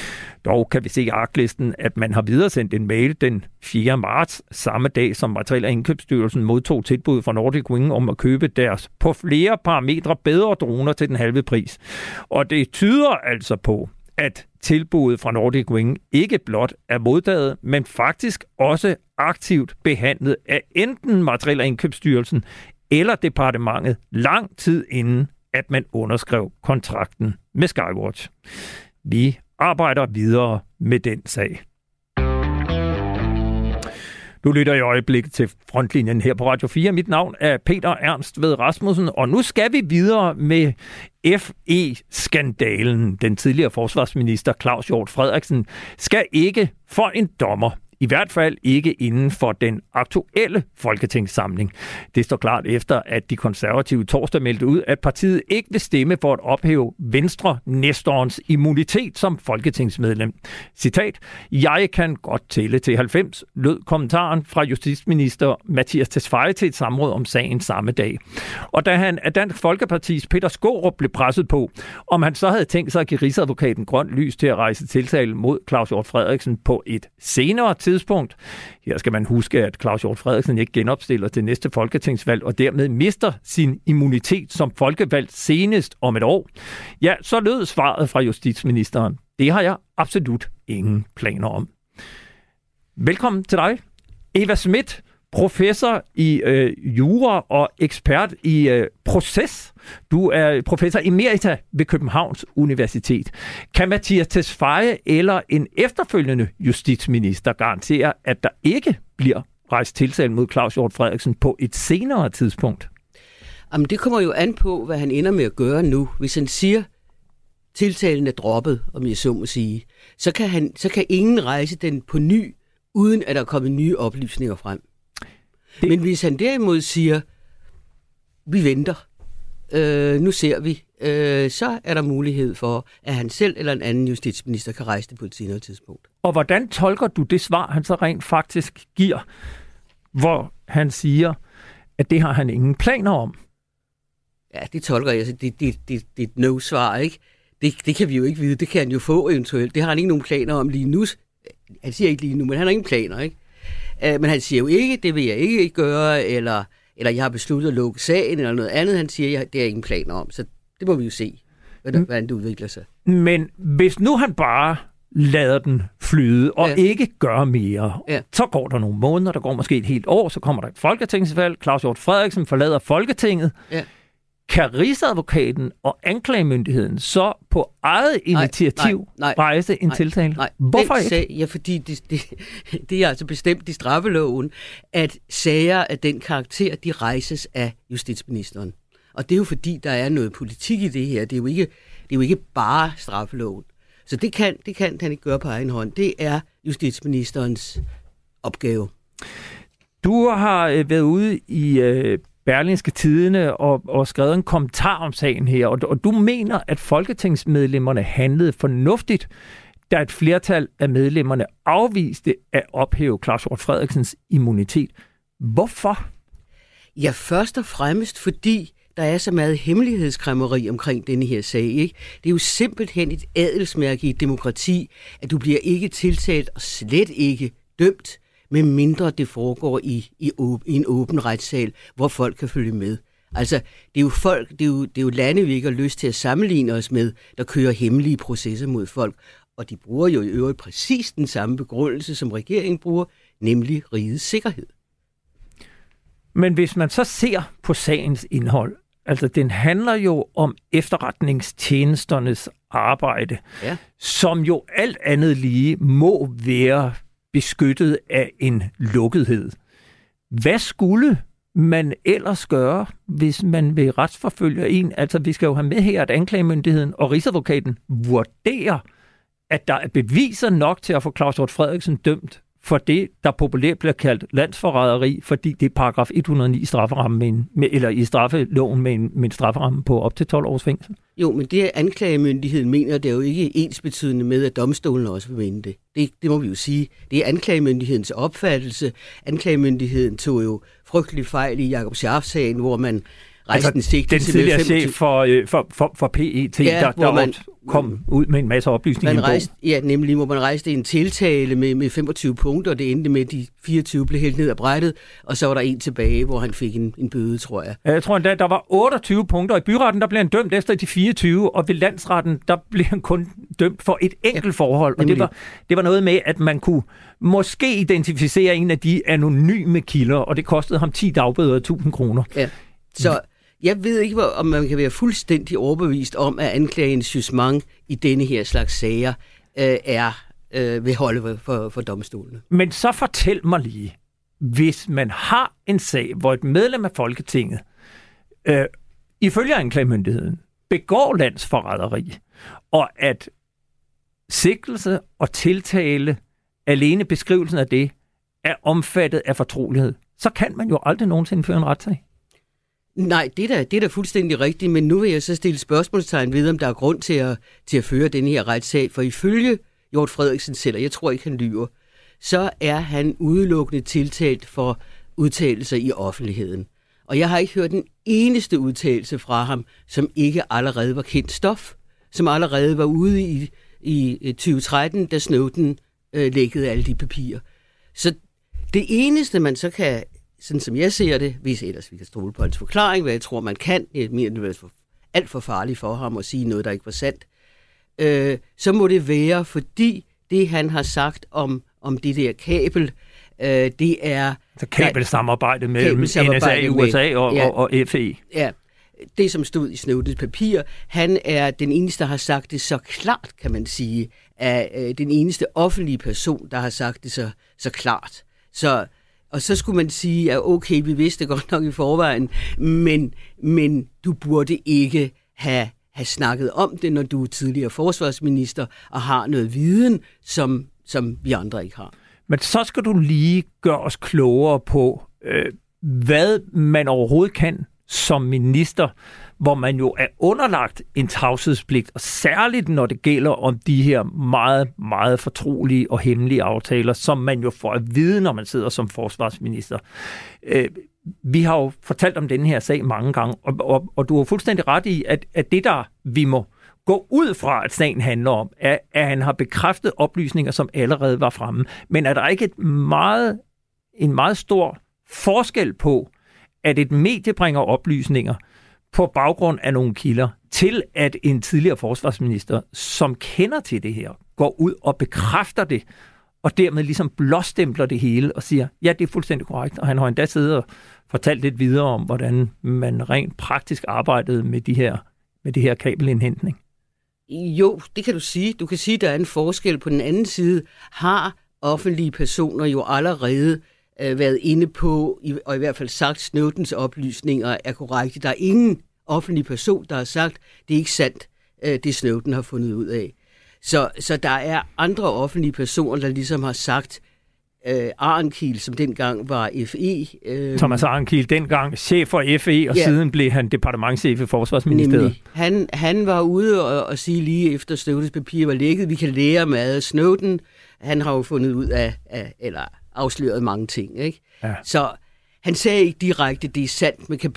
Dog kan vi se i arklisten, at man har videresendt en mail den fjerde marts, samme dag som Materiel- og Indkøbsstyrelsen modtog tilbud fra Nordic Wing om at købe deres på flere parametre bedre droner til den halve pris. Og det tyder altså på, at tilbuddet fra Nordic Wing ikke blot er modtaget, men faktisk også aktivt behandlet af enten Materiel- og Indkøbsstyrelsen eller departementet lang tid inden, at man underskrev kontrakten med Skywatch. Vi arbejder videre med den sag. Du lytter i øjeblikket til Frontlinjen her på Radio fire. Mit navn er Peter Ernst Ved Rasmussen, og nu skal vi videre med F E-skandalen. Den tidligere forsvarsminister Claus Hjort Frederiksen skal ikke for en dommer. I hvert fald ikke inden for den aktuelle folketingssamling. Det står klart efter, at de konservative torsdag meldte ud, at partiet ikke vil stemme for at ophæve Venstre-næstorens immunitet som folketingsmedlem. Citat: Jeg kan godt tælle til halvfems, lød kommentaren fra justitsminister Mattias Tesfaye til et samråd om sagen samme dag. Og da han af Dansk Folkepartis Peter Skaarup blev presset på, om han så havde tænkt sig at give rigsadvokaten grønt lys til at rejse tiltale mod Claus Hjort Frederiksen på et senere tidspunkt. Her skal man huske, at Claus Hjort Frederiksen ikke genopstiller til næste folketingsvalg og dermed mister sin immunitet som folkevalgt senest om et år. Ja, så lød svaret fra justitsministeren: Det har jeg absolut ingen planer om. Velkommen til dig, Eva Smith, professor i øh, jura og ekspert i øh, proces. Du er professor emerita ved Københavns Universitet. Kan Mattias Tesfaye eller en efterfølgende justitsminister garantere, at der ikke bliver rejst tiltale mod Claus Hjort Frederiksen på et senere tidspunkt? Jamen, det kommer jo an på, hvad han ender med at gøre nu. Hvis han siger, tiltalen er droppet, om jeg så må sige, så kan, han, så kan ingen rejse den på ny, uden at der er kommet nye oplysninger frem. Det... Men hvis han derimod siger, vi venter, øh, nu ser vi, øh, så er der mulighed for, at han selv eller en anden justitsminister kan rejse det på et senere tidspunkt. Og hvordan tolker du det svar, han så rent faktisk giver, hvor han siger, at det har han ingen planer om? Ja, det tolker jeg. Det, det, det, det er et no-svar, ikke? Det, det kan vi jo ikke vide. Det kan han jo få eventuelt. Det har han ikke nogen planer om lige nu. Han siger ikke lige nu, men han har ingen planer, ikke? Uh, men han siger jo ikke, det vil jeg ikke gøre, eller, eller jeg har besluttet at lukke sagen, eller noget andet. Han siger, jeg, det er ingen planer om. Så det må vi jo se, hvordan det udvikler sig. Men hvis nu han bare lader den flyde og ja. ikke gør mere, ja. så går der nogle måneder, der går måske et helt år, så kommer der et folketingsvalg, Claus Hjort Frederiksen forlader Folketinget. Ja. kan rigsadvokaten og anklagemyndigheden så på eget initiativ nej, nej, nej, rejse en nej, tiltale? Nej, hvorfor den ikke? Sag, ja, fordi det, det, det er altså bestemt i straffeloven, at sager af den karakter, de rejses af justitsministeren. Og det er jo fordi, der er noget politik i det her. Det er jo ikke, det er jo ikke bare straffeloven. Så det kan, det kan han ikke gøre på egen hånd. Det er justitsministerens opgave. Du har øh, været ude i øh, Berlingske Tidende og, og skrevet en kommentar om sagen her, og, og du mener, at folketingsmedlemmerne handlede fornuftigt, da et flertal af medlemmerne afviste at ophæve Claus Hjort Frederiksens immunitet. Hvorfor? Ja, først og fremmest fordi der er så meget hemmelighedskræmmeri omkring denne her sag, ikke? Det er jo simpelthen et adelsmærke i et demokrati, at du bliver ikke tiltalt og slet ikke dømt, medmindre det foregår i, i, i en åben retssal, hvor folk kan følge med. Altså, det er jo folk, det er jo, det er jo lande, vi ikke har lyst til at sammenligne os med, der kører hemmelige processer mod folk, og de bruger jo i øvrigt præcis den samme begrundelse, som regeringen bruger, nemlig rigets sikkerhed. Men hvis man så ser på sagens indhold, altså den handler jo om efterretningstjenesternes arbejde, ja. Som jo alt andet lige må være beskyttet af en lukkethed. Hvad skulle man ellers gøre, hvis man vil retsforfølge en? Altså vi skal jo have med her, at anklagemyndigheden og rigsadvokaten vurderer, at der er beviser nok til at få Claus Hjort Frederiksen dømt for det, der populært bliver kaldt landsforræderi, fordi det er paragraf et hundrede og ni i strafferammen med en, med, eller i straffeloven med en, med en strafferamme på op til tolv års fængsel. Jo, men det anklagemyndigheden mener, det er jo ikke ensbetydende med, at domstolen også vil mene det. det. Det må vi jo sige. Det er anklagemyndighedens opfattelse. Anklagemyndigheden tog jo frygtelig fejl i Jakob Scharf-sagen, hvor man rejste altså, en sigtelse den tidligere chef for, for, for, for P E T, ja, der, der man, kom ud med en masse oplysninger. Man rejste, ja, nemlig hvor man rejste en tiltale med, med femogtyve punkter, og det endte med, at de fireogtyve blev hældt ned af brættet, og så var der en tilbage, hvor han fik en, en bøde, tror jeg. Jeg tror endda, der var otteogtyve punkter. I byretten, der blev han dømt efter de fireogtyve, og ved landsretten, der blev han kun dømt for et enkelt ja, forhold. Og det var, det var noget med, at man kunne måske identificere en af de anonyme kilder, og det kostede ham ti dagbøder og tusind kroner. Ja, så jeg ved ikke, om man kan være fuldstændig overbevist om, at anklagens jugement i denne her slags sager øh, er øh, ved holde for, for domstolene. Men så fortæl mig lige, hvis man har en sag, hvor et medlem af Folketinget, øh, ifølge anklagemyndigheden, begår landsforræderi, og at sigtelse og tiltale, alene beskrivelsen af det, er omfattet af fortrolighed, så kan man jo aldrig nogensinde føre en retssag. Nej, det er, da, det er da fuldstændig rigtigt, men nu vil jeg så stille spørgsmålstegn ved, om der er grund til at, til at føre denne her retssag, for ifølge Hjort Frederiksen selv, og jeg tror ikke, han lyver, så er han udelukkende tiltalt for udtalelser i offentligheden. Og jeg har ikke hørt den eneste udtalelse fra ham, som ikke allerede var kendt stof, som allerede var ude i, i tyve tretten, da Snowden øh, lækkede alle de papirer. Så det eneste, man så kan, sådan som jeg ser det, hvis ellers vi kan stole på hans forklaring, hvad jeg tror, man kan, jeg mener, det er alt for farligt for ham at sige noget, der ikke var sandt, øh, så må det være, fordi det, han har sagt om, om det der kabel, øh, det er... Så kabelsamarbejde mellem N S A, U S A og, ja, og, og F E. Ja, det som stod i Snowdens papir, han er den eneste, der har sagt det så klart, kan man sige, er øh, den eneste offentlige person, der har sagt det så, så klart. Så, og så skulle man sige, at okay, vi vidste det godt nok i forvejen, men, men du burde ikke have, have snakket om det, når du er tidligere forsvarsminister og har noget viden, som, som vi andre ikke har. Men så skal du lige gøre os klogere på, øh, hvad man overhovedet kan som minister, hvor man jo er underlagt en tavshedspligt, og særligt når det gælder om de her meget, meget fortrolige og hemmelige aftaler, som man jo får at vide, når man sidder som forsvarsminister. Øh, vi har jo fortalt om denne her sag mange gange, og, og, og du har fuldstændig ret i, at, at det der vi må gå ud fra, at sagen handler om, er, at han har bekræftet oplysninger, som allerede var fremme. Men er der ikke et meget, en meget stor forskel på, at et medie bringer oplysninger på baggrund af nogle kilder, til at en tidligere forsvarsminister, som kender til det her, går ud og bekræfter det, og dermed ligesom blåstempler det hele og siger, ja, det er fuldstændig korrekt. Og han har endda siddet og fortalt lidt videre om, hvordan man rent praktisk arbejdede med, de her, med det her kabelindhentning. Jo, det kan du sige. Du kan sige, at der er en forskel. På den anden side har offentlige personer jo allerede øh, været inde på, og i hvert fald sagt, Snowdens oplysninger er korrekte. Der er ingen offentlig person, der har sagt, det er ikke sandt, øh, det Snowden har fundet ud af. Så, så der er andre offentlige personer, der ligesom har sagt, øh, Arnkiel, som dengang var F E. Øh, Thomas Arnkiel, dengang chef for F E, og ja, siden blev han departementschef i Forsvarsministeriet. Han, han var ude og, og sige lige efter Snowdens papir var lækket, vi kan lære meget af Snowden. Han har jo fundet ud af, af eller afsløret mange ting, ikke? Ja. Så han sagde ikke direkte, det er sandt med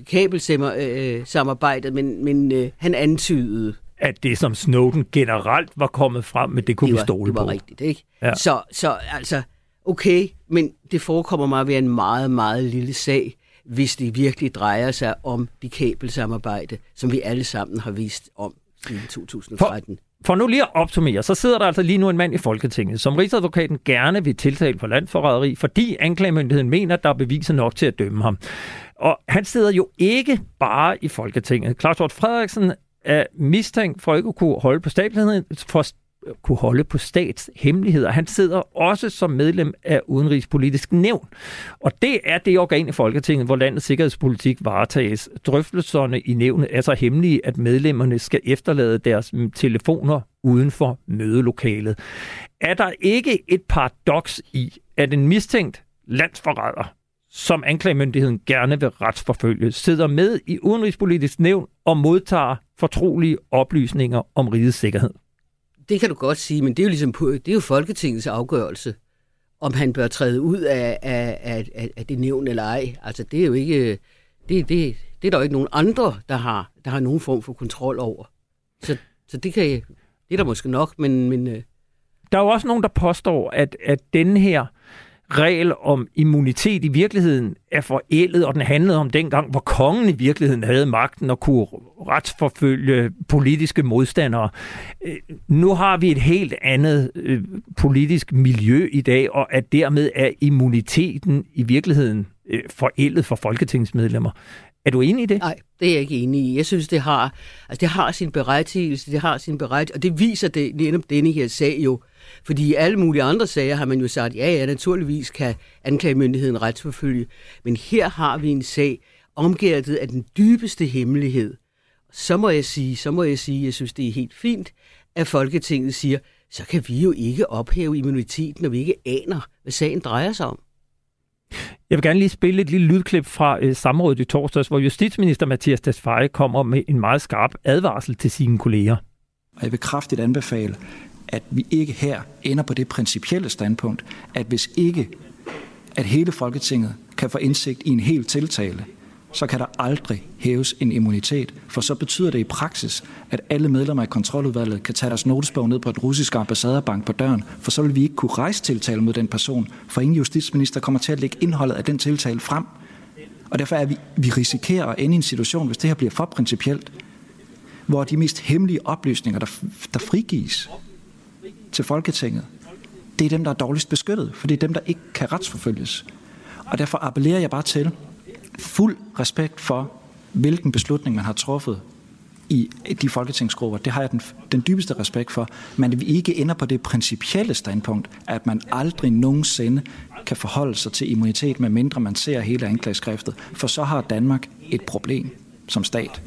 kabelsamarbejdet, men, men øh, han antydede, at det, som Snowden generelt var kommet frem med, det kunne det var, vi stole på. Det var rigtigt, ikke? Ja. Så, så altså, okay, men det forekommer mig at være en meget, meget lille sag, hvis det virkelig drejer sig om det kabelsamarbejde, som vi alle sammen har vist om siden to tusind og tretten. For, for nu lige at opsummere, så sidder der altså lige nu en mand i Folketinget, som Rigsadvokaten gerne vil tiltale for landsforræderi, fordi anklagemyndigheden mener, at der er beviser nok til at dømme ham. Og han sidder jo ikke bare i Folketinget. Claus Hjort Frederiksen er mistænkt for ikke at kunne holde på statshemmeligheder, for at kunne holde på statshemmeligheder. Han sidder også som medlem af Udenrigspolitisk Nævn. Og det er det organ i Folketinget, hvor landets sikkerhedspolitik varetages. Drøftelserne i nævnet er så hemmelige, at medlemmerne skal efterlade deres telefoner uden for mødelokalet. Er der ikke et paradoks i, at en mistænkt landsforræder, som anklagemyndigheden gerne vil retsforfølge, sidder med i Udenrigspolitisk Nævn og modtager fortrolige oplysninger om rigets sikkerhed? Det kan du godt sige, men det er jo ligesom det er jo Folketingets afgørelse, om han bør træde ud af, af, af, af det nævn eller ej. Altså det er jo ikke det, det, det er der jo ikke nogen andre, der har der har nogen form for kontrol over. Så, så det kan det er der måske nok, men men der er jo også nogen, der påstår, at at denne her regel om immunitet i virkeligheden er forældet, og den handlede om dengang, hvor kongen i virkeligheden havde magten og kunne retsforfølge politiske modstandere. Nu har vi et helt andet øh, politisk miljø i dag, og at dermed er immuniteten i virkeligheden øh, forældet for folketingsmedlemmer. Er du enig i det? Nej, det er jeg ikke enig i. Jeg synes, det har, altså, det har sin berettigelse, det har sin berettigelse, og det viser det netop denne her sag jo. Fordi i alle mulige andre sager har man jo sagt, ja, ja, naturligvis kan anklagemyndigheden retsforfølge. Men her har vi en sag omgærdet af den dybeste hemmelighed. Så må jeg sige, så må jeg sige, jeg synes, det er helt fint, at Folketinget siger, så kan vi jo ikke ophæve immuniteten, når vi ikke aner, hvad sagen drejer sig om. Jeg vil gerne lige spille et lille lydklip fra øh, samrådet i torsdags, hvor justitsminister Mattias Tesfaye kommer med en meget skarp advarsel til sine kolleger. Og jeg vil kraftigt anbefale, at vi ikke her ender på det principielle standpunkt, at hvis ikke at hele Folketinget kan få indsigt i en hel tiltale, så kan der aldrig hæves en immunitet, for så betyder det i praksis, at alle medlemmer af kontroludvalget kan tage deres notesbog ned på et russisk ambassaderbank på døren, for så vil vi ikke kunne rejse tiltale mod den person, for ingen justitsminister kommer til at lægge indholdet af den tiltale frem. Og derfor er vi, vi risikerer at ende i en situation, hvis det her bliver for principielt, hvor de mest hemmelige oplysninger, der, der frigives til Folketinget, det er dem, der er dårligst beskyttet, for det er dem, der ikke kan retsforfølges. Og derfor appellerer jeg bare til fuld respekt for, hvilken beslutning man har truffet i de folketingsgrupper. Det har jeg den, den dybeste respekt for, men at vi ikke ender på det principielle standpunkt, at man aldrig nogensinde kan forholde sig til immunitet, medmindre man ser hele anklageskriftet, for så har Danmark et problem som stat.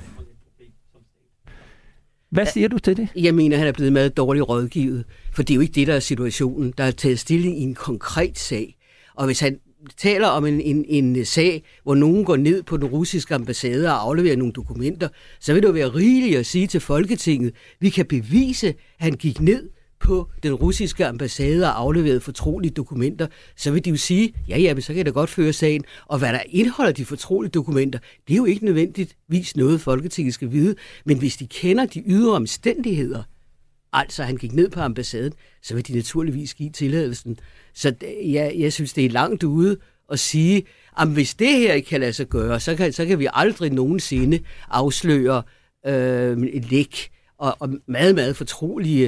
Hvad siger du til det? Jeg mener, han er blevet meget dårligt rådgivet, for det er jo ikke det, der er situationen. Der er taget stilling i en konkret sag, og hvis han taler om en, en, en sag, hvor nogen går ned på den russiske ambassade og afleverer nogle dokumenter, så vil det jo være rigeligt at sige til Folketinget, vi kan bevise, at han gik ned på den russiske ambassade og afleverede fortrolige dokumenter, så vil de jo sige, ja, ja, men så kan det godt føre sagen. Og hvad der indeholder de fortrolige dokumenter, det er jo ikke nødvendigvis noget, Folketinget skal vide. Men hvis de kender de ydre omstændigheder, altså han gik ned på ambassaden, så vil de naturligvis give tilladelsen. Så ja, jeg synes, det er langt ude at sige, at hvis det her ikke kan lade sig gøre, så kan, så kan vi aldrig nogensinde afsløre øh, et læk og, og meget, meget fortrolige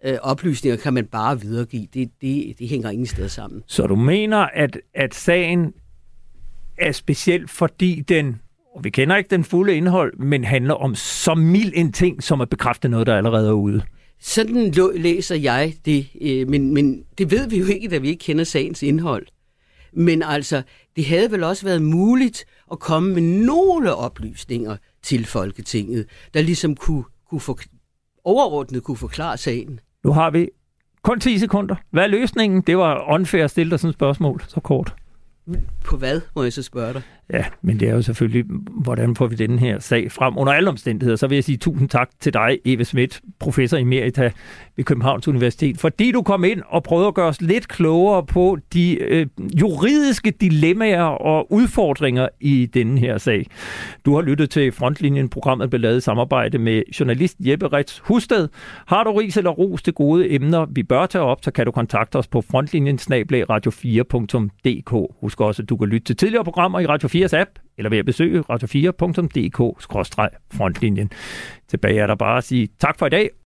øh, oplysninger kan man bare videregive. Det, det, det hænger ingen steder sammen. Så du mener, at, at sagen er speciel, fordi den, og vi kender ikke den fulde indhold, men handler om så mild en ting, som at bekræfte noget, der allerede er ude? Sådan læser jeg det, øh, men, men det ved vi jo ikke, da vi ikke kender sagens indhold. Men altså, det havde vel også været muligt at komme med nogle oplysninger til Folketinget, der ligesom kunne, kunne for, overordnet kunne forklare sagen. Nu har vi kun ti sekunder. Hvad er løsningen? Det var unfair at stille dig sådan et spørgsmål så kort. På hvad, må jeg så spørge dig? Ja, men det er jo selvfølgelig, hvordan får vi den her sag frem? Under alle omstændigheder, så vil jeg sige tusind tak til dig, Eva Smith, professor emerita ved Københavns Universitet, fordi du kom ind og prøvede at gøre os lidt klogere på de øh, juridiske dilemmaer og udfordringer i denne her sag. Du har lyttet til Frontlinjen, programmet blev lavet i samarbejde med journalist Jeppe Retz Husted. Har du ris eller ros til gode emner, vi bør tage op, så kan du kontakte os på frontlinjen snabel-a radio fire punktum d k. Husk også, at du kan lytte til tidligere programmer i Radio fires app, eller ved at besøge radio fire punktum d k skråstreg frontlinjen. Tilbage er der bare at sige tak for i dag.